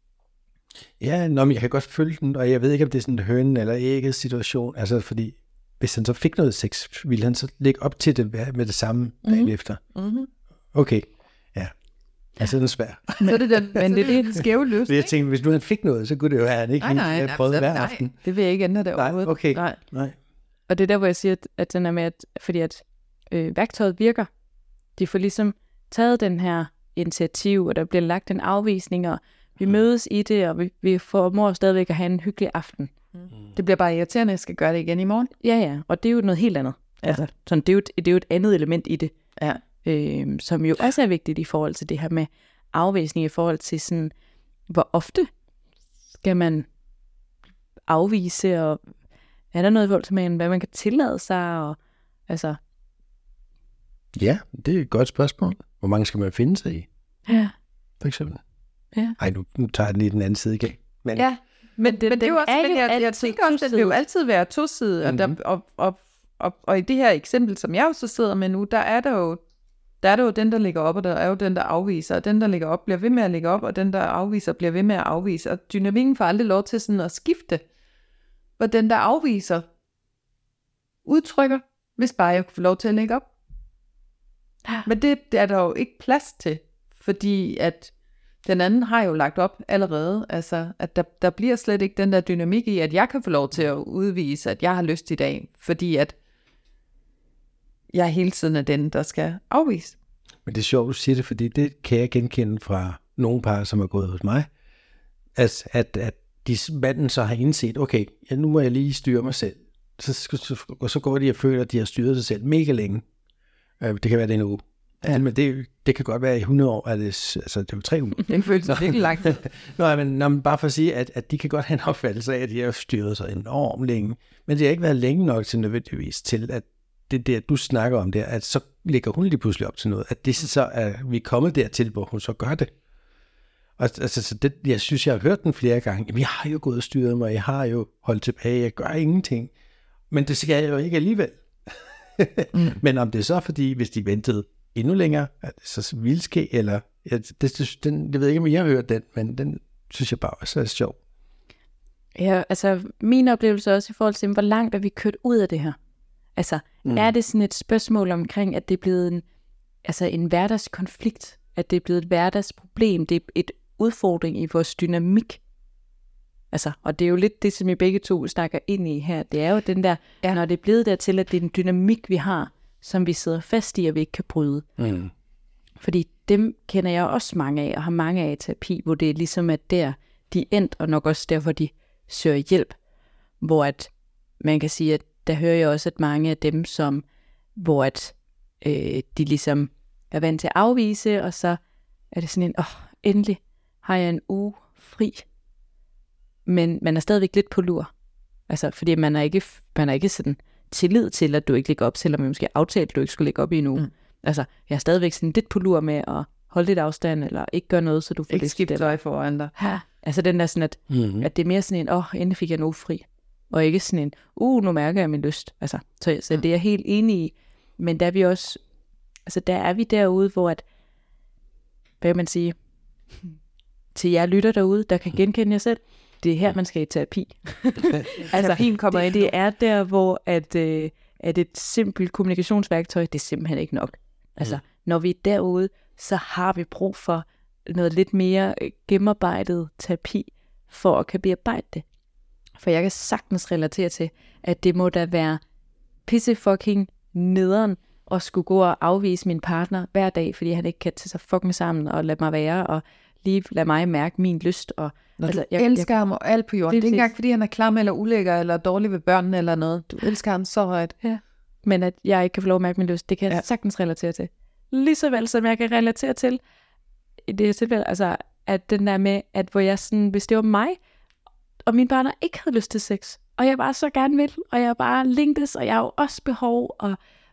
Speaker 3: Ja, men jeg kan godt følge den, og jeg ved ikke, om det er sådan en hønen eller ægget situation, altså fordi, hvis han så fik noget sex, ville han så lægge op til det med det samme dagen efter? Okay, ja. Altså, den er svær.
Speaker 4: Så er det den skæve løsning.
Speaker 3: Jeg tænkte, hvis nu han fik noget, så kunne det jo have, han ikke have prøvet hver aften.
Speaker 4: Det vil jeg ikke ændre det overhovedet.
Speaker 3: Okay. Nej.
Speaker 2: Og det er der, hvor jeg siger, at den er med, fordi at værktøjet virker. De får ligesom taget den her initiativ, og der bliver lagt en afvisning, og vi mødes i det, og vi formår stadigvæk at have en hyggelig aften.
Speaker 4: Det bliver bare irriterende, at jeg skal gøre det igen i morgen.
Speaker 2: Ja, og det er jo noget helt andet. Ja. Altså, sådan, det er jo et andet element i det, som jo også er vigtigt i forhold til det her med afvisning, i forhold til sådan, hvor ofte skal man afvise, og er der noget i forhold til, hvad man kan tillade sig, og altså.
Speaker 3: Ja, det er et godt spørgsmål. Hvor mange skal man finde sig i?
Speaker 2: Ja.
Speaker 3: For eksempel.
Speaker 2: Ja.
Speaker 3: Ej, nu tager jeg den i den anden side igen. Men,
Speaker 4: men det er jo også, jeg tænker også, at det vil jo altid være tosidet, og i det her eksempel, som jeg jo så sidder med nu, der er der jo den, der ligger op, og der er jo den, der afviser, og den, der ligger op, bliver ved med at ligge op, og den, der afviser, bliver ved med at afvise, og dynamikken får aldrig lov til sådan at skifte, hvor den, der afviser, udtrykker, hvis bare jeg kunne få lov til at lægge op. Men det er der jo ikke plads til, fordi at den anden har jo lagt op allerede, altså at der bliver slet ikke den der dynamik i, at jeg kan få lov til at udvise, at jeg har lyst i dag, fordi at jeg hele tiden er den, der skal afvise.
Speaker 3: Men det er sjovt, du siger det, fordi det kan jeg genkende fra nogle par, som er gået hos mig, at manden så har indset, okay, nu må jeg lige styre mig selv. Så går de og føler, at de har styret sig selv mega længe. Det kan være det en uge. Ja, men det kan godt være i 100 år, altså det er jo 3 uger.
Speaker 4: Det føles virkelig langt.
Speaker 3: Men bare for at sige, at de kan godt have en opfattelse af, at de har styret sig enormt længe. Men det har ikke været længe nok til nødvendigvis til, at det der, du snakker om der, at så ligger hun lige pludselig op til noget. At det så er vi kommet dertil, hvor hun så gør det. Og altså, så det, jeg synes, jeg har hørt den flere gange. Jamen, jeg har jo gået og styret mig, jeg har jo holdt tilbage, jeg gør ingenting. Men det skal jeg jo ikke alligevel. Men om det er så, fordi hvis de ventede endnu længere, at det så ville ske, eller jeg ved ikke, om jeg har hørt den, men den synes jeg bare også er sjov.
Speaker 2: Ja, altså min oplevelse også i forhold til, hvor langt er vi kørt ud af det her? Altså, er det sådan et spørgsmål omkring, at det er blevet en hverdagskonflikt, at det er blevet et hverdagsproblem, det er et udfordring i vores dynamik? Altså, og det er jo lidt det, som I begge to snakker ind i her. Det er jo den der, når det er blevet dertil, at det er en dynamik, vi har, som vi sidder fast i, og vi ikke kan bryde. Fordi dem kender jeg også mange af, og har mange af i terapi, hvor det er ligesom, at der de endt, og nok også derfor, de søger hjælp. Hvor at man kan sige, at der hører jeg også, at mange af dem, hvor at de ligesom er vant til at afvise, og så er det sådan en, endelig har jeg en uge fri. Men man er stadigvæk lidt på lur. Altså, fordi man er ikke sådan tillid til, at du ikke lægger op, selvom vi måske aftalt, at du ikke skulle lægge op i en uge. Altså, jeg er stadigvæk sådan lidt på lur med at holde lidt afstand, eller ikke gøre noget, så du får
Speaker 4: ikke skifte tøj foran dig.
Speaker 2: Ja, altså den der sådan, at det er mere sådan en, endelig fik jeg en uge fri. Og ikke sådan en, nu mærker jeg min lyst. Altså, så det er jeg helt enig i. Men der er vi også, altså der er vi derude, hvor at, hvad kan man sige, til jer lytter derude, der kan genkende jer selv, det er her, man skal i terapi. Altså, kommer det er der, hvor at et simpelt kommunikationsværktøj, det er simpelthen ikke nok. Altså, når vi er derude, så har vi brug for noget lidt mere gennemarbejdet terapi, for at kan bearbejde det. For jeg kan sagtens relatere til, at det må da være pisse fucking nederen at skulle gå og afvise min partner hver dag, fordi han ikke kan tage sig fucking sammen og lade mig være, og lige lade mig mærke min lyst. Og,
Speaker 4: når du elsker ham og alt på jorden. Det er ikke engang, fordi han er klam eller ulækker eller dårlig ved børnene eller noget. Du elsker ham så højt. Ja.
Speaker 2: Men at jeg ikke kan få lov at mærke min lyst, det kan jeg sagtens relatere til. Lige så vel som jeg kan relatere til, i det tilfælde, altså, at den der med, at hvor jeg sådan, hvis det var mig, og min partner ikke havde lyst til sex, og jeg bare så gerne vil, og jeg bare længtes, og jeg har jo også behov, og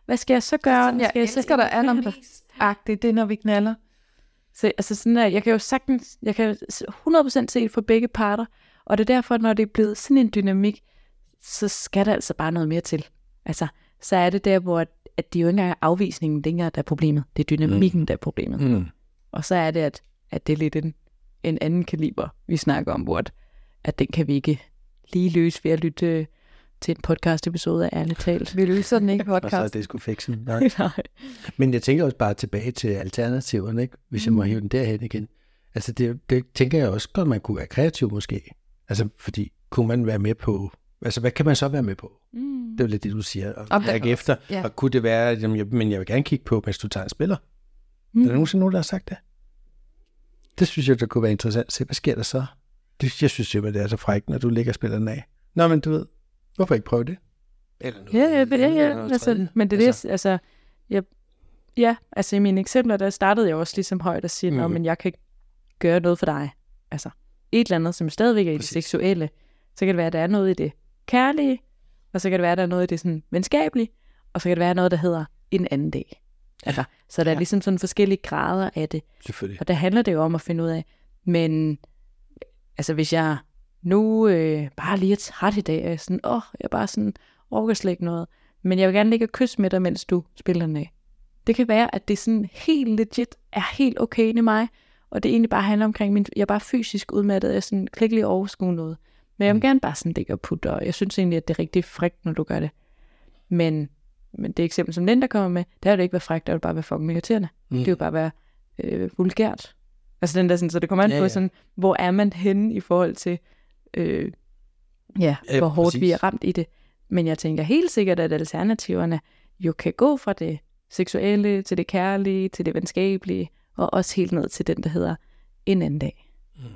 Speaker 2: hvad skal jeg så gøre?
Speaker 4: Jeg
Speaker 2: skal
Speaker 4: elsker dig allermest-agtigt, det er, når vi knaller.
Speaker 2: Så altså sådan der, jeg kan 100% se det for begge parter, og det er derfor, når det er blevet sådan en dynamik, så skal der altså bare noget mere til. Altså, så er det der, hvor at det jo ikke engang er afvisningen, det er ikke engang, der er problemet. Det er dynamikken, der er problemet. Mm. Og så er det, at det er lidt en anden kaliber, vi snakker om, hvor at den kan vi ikke lige løse ved at lytte til en podcast-episode af Ærligt Talt.
Speaker 4: Vi løser den ikke podcast.
Speaker 3: Og så er det sgu fiksen. Nej. Men jeg tænker også bare tilbage til alternativerne, ikke? Hvis jeg må hive den derhen igen. Altså det tænker jeg også godt, man kunne være kreativ måske. Altså fordi kunne man være med på, altså hvad kan man så være med på? Det er jo lidt det, du siger. Og mærke efter. Ja. Og kunne det være, men jeg vil gerne kigge på, mens du tager en spiller. Er der nogensinde nogen, der har sagt det? Det synes jeg, der kunne være interessant at se. Hvad sker der så? Jeg synes simpelthen, det er så frækt, når du ligger og spiller den af. Nå, men du ved, hvorfor ikke prøve det?
Speaker 2: Eller noget, ja. Altså, men det er det, altså, altså i mine eksempler, der startede jeg også ligesom højt at sige, men jeg kan ikke gøre noget for dig. Altså, et eller andet, som stadigvæk er i det seksuelle, så kan det være, at der er noget i det kærlige, og så kan det være, at der er noget i det sådan venskabelige, og så kan det være noget, der hedder en anden dag. Altså, så der er ligesom sådan forskellige grader af det.
Speaker 3: Selvfølgelig.
Speaker 2: Og der handler det jo om at finde ud af, men altså hvis jeg nu bare lige er træt i dag, og jeg er sådan, jeg bare sådan orker slet ikke noget, men jeg vil gerne ligge og kysse med dig, mens du spiller den af. Det kan være, at det sådan helt legit er helt okay i mig, og det egentlig bare handler omkring, jeg er bare fysisk udmattet, jeg sådan kan ikke lige overskue noget. Men jeg vil gerne bare sådan ligge og putte, og jeg synes egentlig, at det er rigtig frækt, når du gør det. Men det eksempel, som Linda kommer med, det har det ikke været frækt, det vil bare være fucking irriterende. Det vil bare være vulgært. Altså den der sådan, så det kommer an på sådan, hvor er man henne i forhold til, hvor hårdt vi er ramt i det. Men jeg tænker helt sikkert, at alternativerne jo kan gå fra det seksuelle, til det kærlige, til det venskabelige, og også helt ned til den, der hedder en anden dag.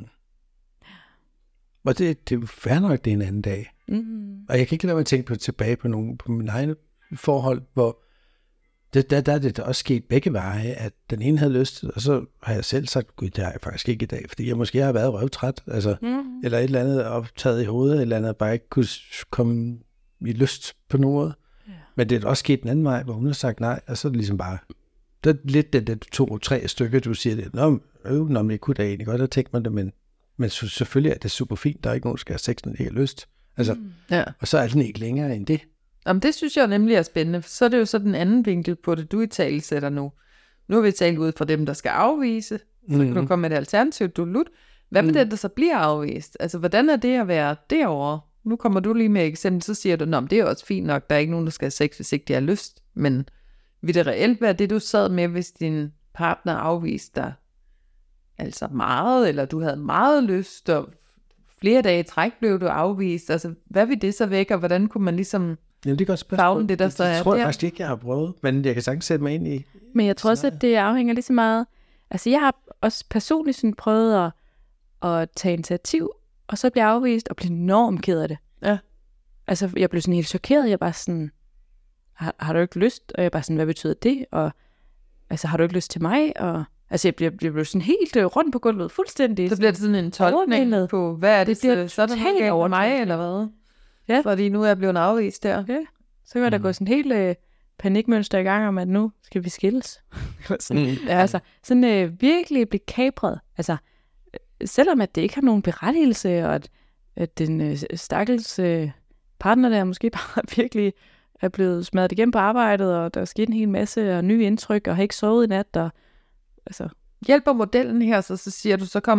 Speaker 3: Og det er jo fair nok, det er en anden dag. Og jeg kan ikke lade mig tænke tilbage på mine egne forhold, hvor der er det også sket begge veje, at den ene havde lyst, og så har jeg selv sagt, gud, det har jeg faktisk ikke i dag, fordi jeg måske har været røvtræt, altså, eller et eller andet optaget i hovedet, et eller andet, bare ikke kunne komme i lyst på nogen måde. Ja. Men det er også sket den anden vej, hvor hun har sagt nej, og så er det ligesom bare, der er lidt det 2-3 stykker, du siger det, nå, men jeg kunne da egentlig godt have tænkt mig det, men selvfølgelig er det super fint, der er ikke nogen, der skal have sex, når de ikke har lyst. Altså, og så er den ikke længere end det.
Speaker 4: Jamen, det synes jeg nemlig er spændende. Så er det jo så den anden vinkel på det, du i tale sætter nu. Nu har vi talt ud fra dem, der skal afvise. Så kan du komme med et alternativ, du lut. Hvad med den, der så bliver afvist? Altså, hvordan er det at være derovre? Nu kommer du lige med et eksempel, så siger du, nå, det er også fint nok, der er ikke nogen, der skal have sex, hvis ikke de har lyst. Men vil det reelt være det, du sad med, hvis din partner afviste dig? Altså meget, eller du havde meget lyst, og flere dage i træk blev du afvist. Altså, hvad vil det så væk, og hvordan kunne man ligesom
Speaker 3: det er godt spørgsmål.
Speaker 4: Det
Speaker 3: tror jeg faktisk ikke, jeg har prøvet, men jeg kan sagtens sætte mig ind i.
Speaker 2: Men jeg tror også, at det afhænger lige så meget. Altså, jeg har også personligt sådan prøvet at tage initiativ, og så blive afvist, og blive enormt ked af det.
Speaker 4: Ja.
Speaker 2: Altså, jeg blev sådan helt chokeret. Jeg bare sådan, har du ikke lyst? Og jeg bare sådan, hvad betyder det? Og altså, har du ikke lyst til mig? Og altså, jeg blev sådan helt rundt på gulvet, fuldstændig.
Speaker 4: Så bliver det sådan en tolkning på, hvad er det? Så er der noget over mig, eller hvad? Ja. Fordi nu er jeg blevet afvist der.
Speaker 2: Ja. Så kan der gå sådan helt panikmønster i gang om, at nu skal vi skilles. Altså, sådan virkelig blive kapret. Altså, selvom at det ikke har nogen berettigelse, og at den stakkels partner der måske bare virkelig er blevet smadret igennem på arbejdet, og der er sket en hel masse og nye indtryk, og har ikke sovet i nat, og altså.
Speaker 4: Hjælper modellen her, så siger du, så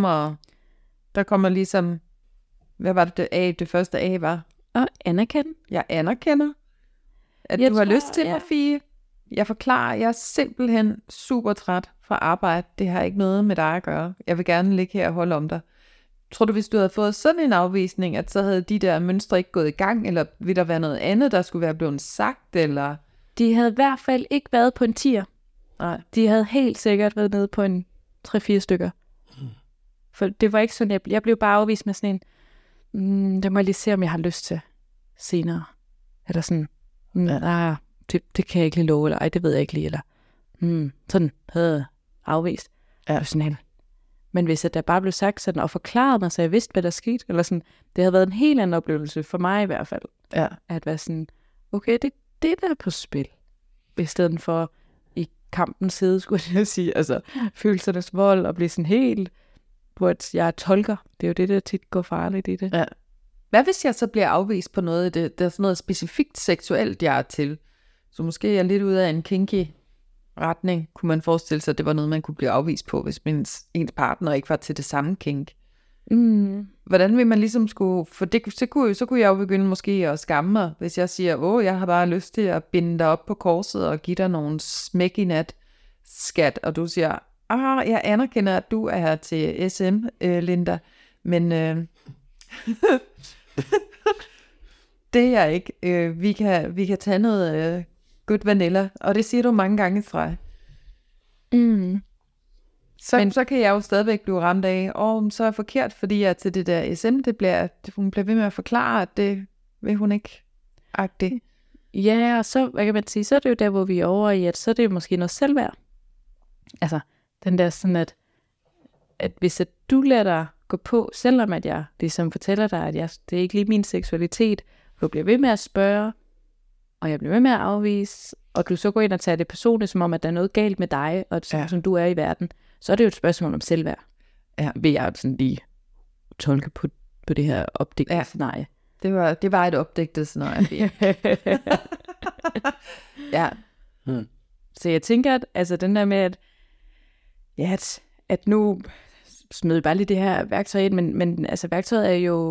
Speaker 4: kommer ligesom, hvad var det, det første A var?
Speaker 2: Og anerkende.
Speaker 4: Jeg anerkender, at du har lyst til mig, Fie. Jeg forklarer, jeg er simpelthen super træt fra arbejde. Det har ikke noget med dig at gøre. Jeg vil gerne ligge her og holde om dig. Tror du, hvis du havde fået sådan en afvisning, at så havde de der mønstre ikke gået i gang, eller ville der være noget andet, der skulle være blevet sagt, eller?
Speaker 2: De havde i hvert fald ikke været på en 10'er.
Speaker 4: Nej.
Speaker 2: De havde helt sikkert været nede på en 3-4 stykker. For det var ikke sådan, jeg blev bare afvist med sådan en, det må jeg lige se, om jeg har lyst til senere. Eller sådan, det kan jeg ikke lige love, eller det ved jeg ikke lige, eller sådan havde afvist.
Speaker 4: Ja.
Speaker 2: Sådan. Men hvis der bare blev sagt sådan, og forklaret mig, så jeg vidste, hvad der skete, eller sådan, det havde været en helt anden oplevelse, for mig i hvert fald.
Speaker 4: Ja.
Speaker 2: At være sådan, okay, det er der på spil. i stedet for i kampens hede, skulle jeg sige, altså følelsernes vold, og blive sådan helt, hvor jeg tolker. Det er jo det, der tit går farligt i det.
Speaker 4: Ja. Hvad hvis jeg så bliver afvist på noget af det? Der er sådan noget specifikt seksuelt, jeg er til. Så måske er jeg lidt ude af en kinky retning. Kunne man forestille sig, at det var noget, man kunne blive afvist på, hvis ens partner ikke var til det samme kink? Hvordan vil man ligesom skulle... For det, så kunne jeg jo begynde måske at skamme mig, hvis jeg siger, jeg har bare lyst til at binde dig op på korset og give dig nogle smæk i nat, skat. Og du siger, jeg anerkender, at du er her til SM, Linda, men... det er jeg ikke. Vi kan tage noget good vanilla, og det siger du mange gange fra. Så kan jeg jo stadigvæk blive ramt af, så er forkert, fordi jeg til det der SM, hun bliver ved med at forklare, at det vil hun ikke agtigt.
Speaker 2: Ja, og så, hvad kan man sige, så er det jo der, hvor vi er over i, at så er det jo måske noget selvværd. Altså, den der sådan, at hvis du lader dig gå på, selvom at jeg ligesom fortæller dig, at det er ikke lige min seksualitet, du bliver ved med at spørge, og jeg bliver ved med at afvise, og du så går ind og tager det personligt, som om, at der er noget galt med dig, og som du er i verden, så er det jo et spørgsmål om selvværd. Ja. Vil jeg sådan lige tolke på det her opdigtede scenarie.
Speaker 4: Det var et opdigtet scenarie. Ja.
Speaker 2: Så jeg tænker, at altså den der med, at nu smider vi bare lige det her værktøj ind, men altså værktøjet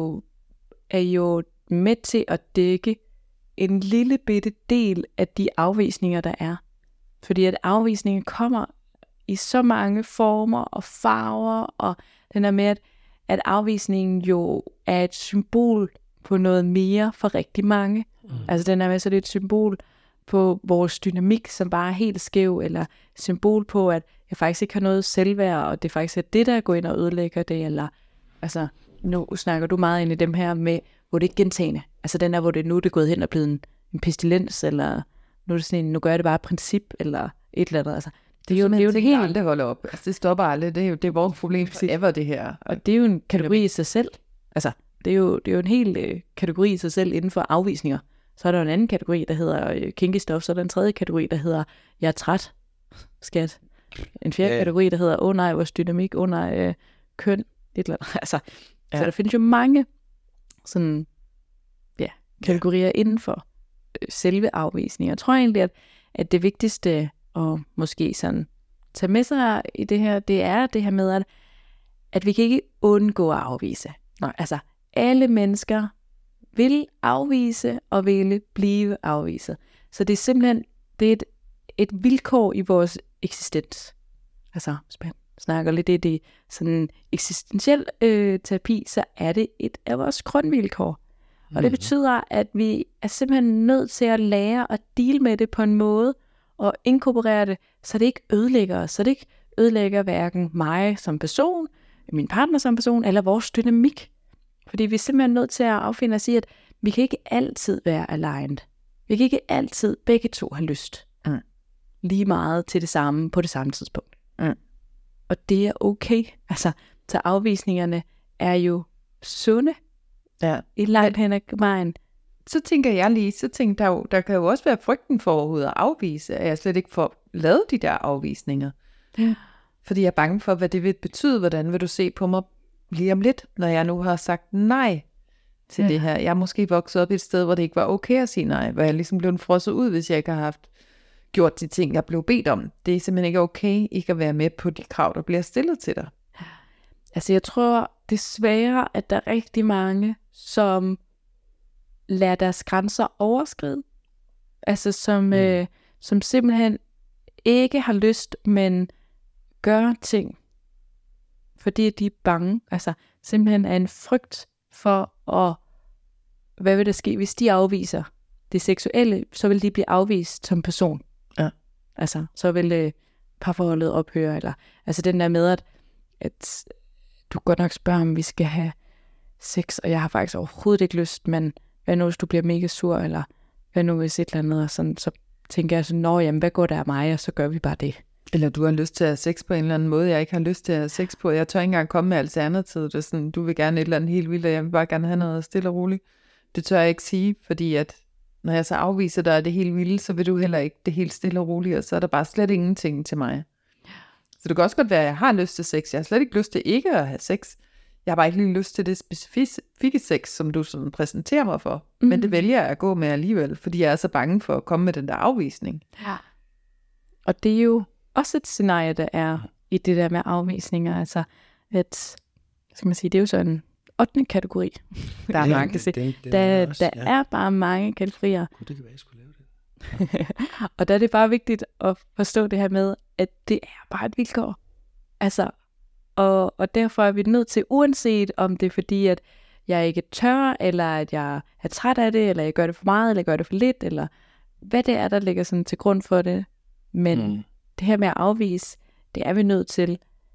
Speaker 2: er jo med til at dække en lille bitte del af de afvisninger, der er. Fordi at afvisningen kommer i så mange former og farver, og den der med, at afvisningen jo er et symbol på noget mere for rigtig mange. Altså den der med, så det er et symbol på vores dynamik, som bare er helt skæv, eller symbol på, at jeg faktisk ikke har noget selvværd, og det faktisk er det, der går ind og ødelægger det, eller altså, nu snakker du meget ind i dem her med, hvor det ikke gentagende. Altså den der, hvor det nu er gået hen og blevet en pestilens, eller nu er det sådan en, nu gør jeg det bare et princip, eller et eller andet. Altså, det er jo det helt...
Speaker 4: aldrig holder op. Altså, det stopper aldrig. Det er vores problem forever, det her.
Speaker 2: Og det er jo en kategori i sig selv. Altså, det er jo en hel kategori i sig selv inden for afvisninger. Så er der en anden kategori, der hedder kinky stuff. Så er der en tredje kategori, der hedder jeg er træt, skat. En fjerde kategori, der hedder nej, vores dynamik, nej, køn, et eller andet. Altså, så der findes jo mange sådan, kategorier inden for selve afvisninger. Jeg tror egentlig, at det vigtigste at måske sådan tage med sig i det her, det er det her med, at vi kan ikke undgå at afvise. Nej. Altså, alle mennesker vil afvise og vil blive afviset. Så det er simpelthen det er et vilkår i vores eksistens. Altså, hvis man snakker lidt i det sådan eksistentiel terapi, så er det et af vores grundvilkår. Og det betyder, at vi er simpelthen nødt til at lære at deal med det på en måde, og inkorporere det, så det ikke ødelægger os. Så det ikke ødelægger hverken mig som person, min partner som person, eller vores dynamik. Fordi vi er simpelthen nødt til at affinde os i, at vi kan ikke altid være aligned. Vi kan ikke altid begge to have lyst. Lige meget til det samme på det samme tidspunkt. Og det er okay. Altså, så afvisningerne er jo sunde.
Speaker 4: Ja.
Speaker 2: I langt hen ad vejen.
Speaker 4: Så tænker jeg lige, der kan jo også være frygten for overhovedet at afvise, at jeg slet ikke får lavet de der afvisninger. Ja. Fordi jeg er bange for, hvad det vil betyde. Hvordan vil du se på mig lige om lidt, når jeg nu har sagt nej til det her. Jeg er måske vokset op i et sted, hvor det ikke var okay at sige nej, hvor jeg ligesom blev frosset ud, hvis jeg ikke har haft gjort de ting, jeg blev bedt om. Det er simpelthen ikke okay ikke at være med på de krav, der bliver stillet til dig.
Speaker 2: Altså jeg tror desværre, at der er rigtig mange, som lader deres grænser overskride. Altså som simpelthen ikke har lyst, men gør ting, fordi de er bange. Altså simpelthen er en frygt for hvad vil der ske, hvis de afviser det seksuelle, så vil de blive afvist som person. Ja. Altså så vil parforholdet ophøre, eller altså den der med, at du godt nok spørger, om vi skal have sex, og jeg har faktisk overhovedet ikke lyst, men hvad nu, hvis du bliver mega sur, eller hvad nu, hvis et eller andet, og sådan, så tænker jeg sådan, jamen, hvad går der af mig, og så gør vi bare det.
Speaker 4: Eller du har lyst til at have sex på en eller anden måde, jeg ikke har lyst til at have sex på. Jeg tør ikke engang komme med alternativet. Det er sådan, du vil gerne et eller andet helt vildt, og jeg vil bare gerne have noget stille og roligt. Det tør jeg ikke sige, fordi at når jeg så afviser dig det helt vilde, så vil du heller ikke det helt stille og roligt, og så er der bare slet ingenting til mig. Så det kan også godt være, at jeg har lyst til sex. Jeg har slet ikke lyst til ikke at have sex. Jeg har bare ikke lige lyst til det specifikke sex, som du sådan præsenterer mig for. Men det vælger jeg at gå med alligevel, fordi jeg er så bange for at komme med den der afvisning.
Speaker 2: Ja. Og det er jo også et scenarie, der er i det der med afvisninger. Altså, at, skal man sige, det er jo sådan en 8. kategori. Der er mange. Der er bare mange kategorier.
Speaker 3: Det kan være, jeg skulle lave det.
Speaker 2: Og der er det bare vigtigt at forstå det her med, at det er bare et vilkår. Altså, og derfor er vi nødt til, uanset om det er fordi, at jeg ikke tør, eller at jeg er træt af det, eller jeg gør det for meget, eller jeg gør det for lidt, eller hvad det er, der ligger sådan til grund for det. Men det her med at afvise, det er vi nødt til.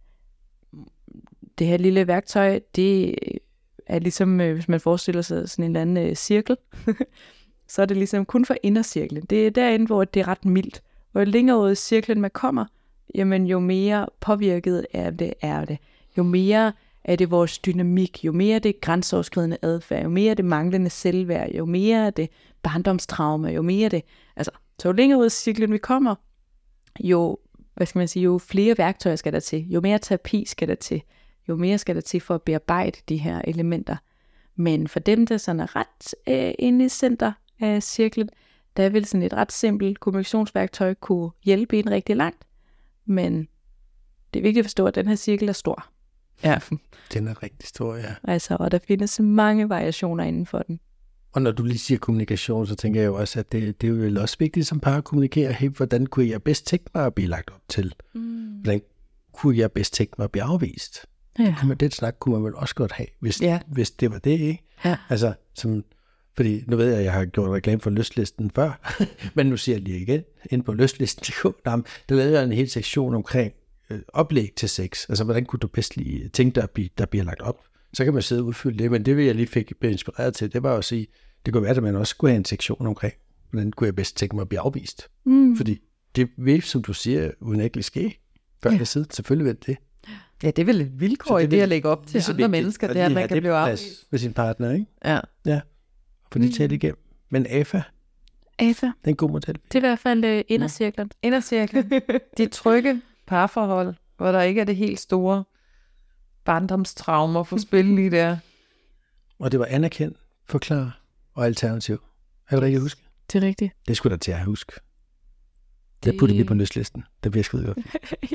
Speaker 2: Det her lille værktøj, det er ligesom, hvis man forestiller sig sådan en eller anden cirkel, så er det ligesom kun for indercirklen. Det er derinde, hvor det er ret mildt. Og jo længere ud i cirklen man kommer, jamen jo mere påvirket er det. Jo mere er det vores dynamik, jo mere det er grænseoverskridende adfærd, jo mere er det manglende selvværd, jo mere er det barndomstraume, jo mere er det... Altså, så jo længere ud i cirklen vi kommer, jo, jo flere værktøjer skal der til, jo mere terapi skal der til, jo mere skal der til for at bearbejde de her elementer. Men for dem, der sådan er ret inde i center af cirklen, der vil sådan et ret simpelt kommunikationsværktøj kunne hjælpe en rigtig langt. Men det er vigtigt at forstå, at den her cirkel er stor.
Speaker 4: Ja.
Speaker 3: Den er rigtig stor, ja.
Speaker 2: Altså, og der findes mange variationer inden for den.
Speaker 3: Og når du lige siger kommunikation, så tænker jeg jo også, at det er jo vel også vigtigt som par at kommunikere, hey, hvordan kunne jeg bedst tænke mig at blive lagt op til? Hvordan kunne jeg bedst tænke mig at blive afvist?
Speaker 2: Ja.
Speaker 3: Den snak kunne man vel også godt have, hvis det var det, ikke?
Speaker 2: Ja.
Speaker 3: Altså, fordi nu ved jeg, at jeg har gjort reklame for Lystlisten før, men nu siger jeg lige igen, inde på Lystlisten.dk, der lavede jeg en hel sektion omkring oplæg til sex. Altså, hvordan kunne du bedst lige tænke dig, der bliver lagt op? Så kan man sidde og udfylde det, men det jeg lige fik inspireret til, det var at sige, det kunne være, at man også skulle have en sektion omkring, hvordan kunne jeg bedst tænke mig at blive afvist? Fordi det vil, som du siger, unægteligt ske, før jeg sidder. Selvfølgelig ved det.
Speaker 4: Ja, det er vel et vilkår i det at lægge op til andre mennesker, det er, at man kan blive afvist.
Speaker 3: Med sin partner, ikke?
Speaker 4: Ja.
Speaker 3: Ja. For det tæt igennem. Men AFA, det er en god model.
Speaker 2: Det er i hvert fald indercirklen.
Speaker 4: Indercirklen. De trygge parforhold, hvor der ikke er det helt store barndomstraumer for spil lige der.
Speaker 3: Og det var anerkendt, forklar og alternativ. Er det rigtigt at huske?
Speaker 2: Det er rigtigt.
Speaker 3: Det skulle der til at huske. Det putter vi på Lystlisten. Det bliver skide godt.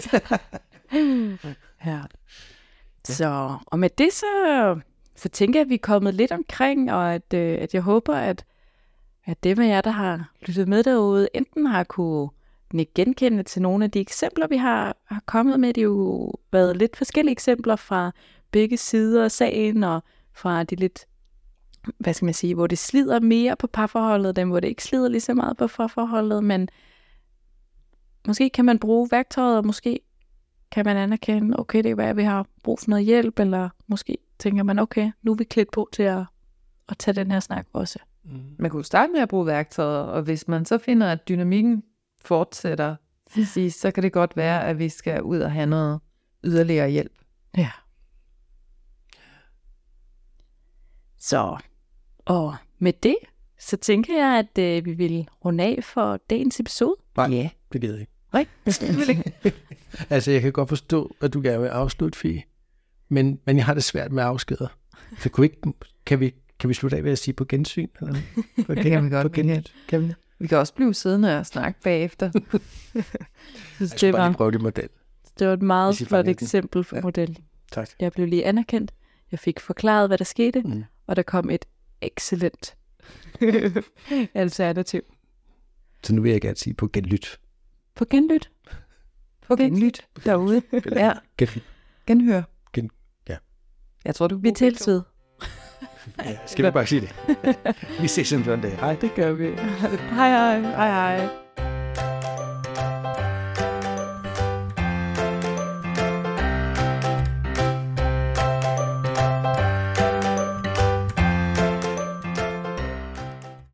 Speaker 2: Ja. Så, og med det så tænker jeg, at vi er kommet lidt omkring, og at jeg håber, at dem af jer, der har lyttet med derude, enten har kunne genkende til nogle af de eksempler, vi har kommet med. Det har jo været lidt forskellige eksempler fra begge sider af sagen, og fra de lidt, hvor det slider mere på parforholdet, dem hvor det ikke slider lige så meget på parforholdet, men måske kan man bruge værktøjet, og måske kan man anerkende, okay, det er hvad vi har brug for noget hjælp, eller måske tænker man, okay, nu er vi klædt på til at tage den her snak også.
Speaker 4: Man kunne starte med at bruge værktøjet, og hvis man så finder, at dynamikken fortsætter, så kan det godt være, at vi skal ud og have noget yderligere hjælp.
Speaker 2: Ja. Så, og med det, så tænker jeg, at vi vil runde af for dagens episode.
Speaker 3: Nej, yeah. Det gider jeg ikke.
Speaker 2: Nej, det vil ikke.
Speaker 3: Altså, jeg kan godt forstå, at du gerne vil afslutte, Fie. Men jeg har det svært med afskeder. Så kan vi slutte af ved at sige på gensyn? Eller?
Speaker 4: Det kan vi godt.
Speaker 3: Kan vi?
Speaker 4: Vi kan også blive siddende og snakke bagefter.
Speaker 3: Jeg skal bare lige prøve det model.
Speaker 2: Det var et meget flot eksempel for model.
Speaker 3: Tak.
Speaker 2: Jeg blev lige anerkendt. Jeg fik forklaret, hvad der skete. Og der kom et excellent alternativ.
Speaker 3: Så nu vil jeg gerne sige på genlyt.
Speaker 2: På genlyt?
Speaker 4: På genlyt derude. Ja. Genhør.
Speaker 3: Ja.
Speaker 4: Jeg tror, du
Speaker 2: vi tilsved.
Speaker 3: Ja, skal vi bare sige det? Vi ses en dag. Hej.
Speaker 2: Det gør vi. Hej hej. Hej hej.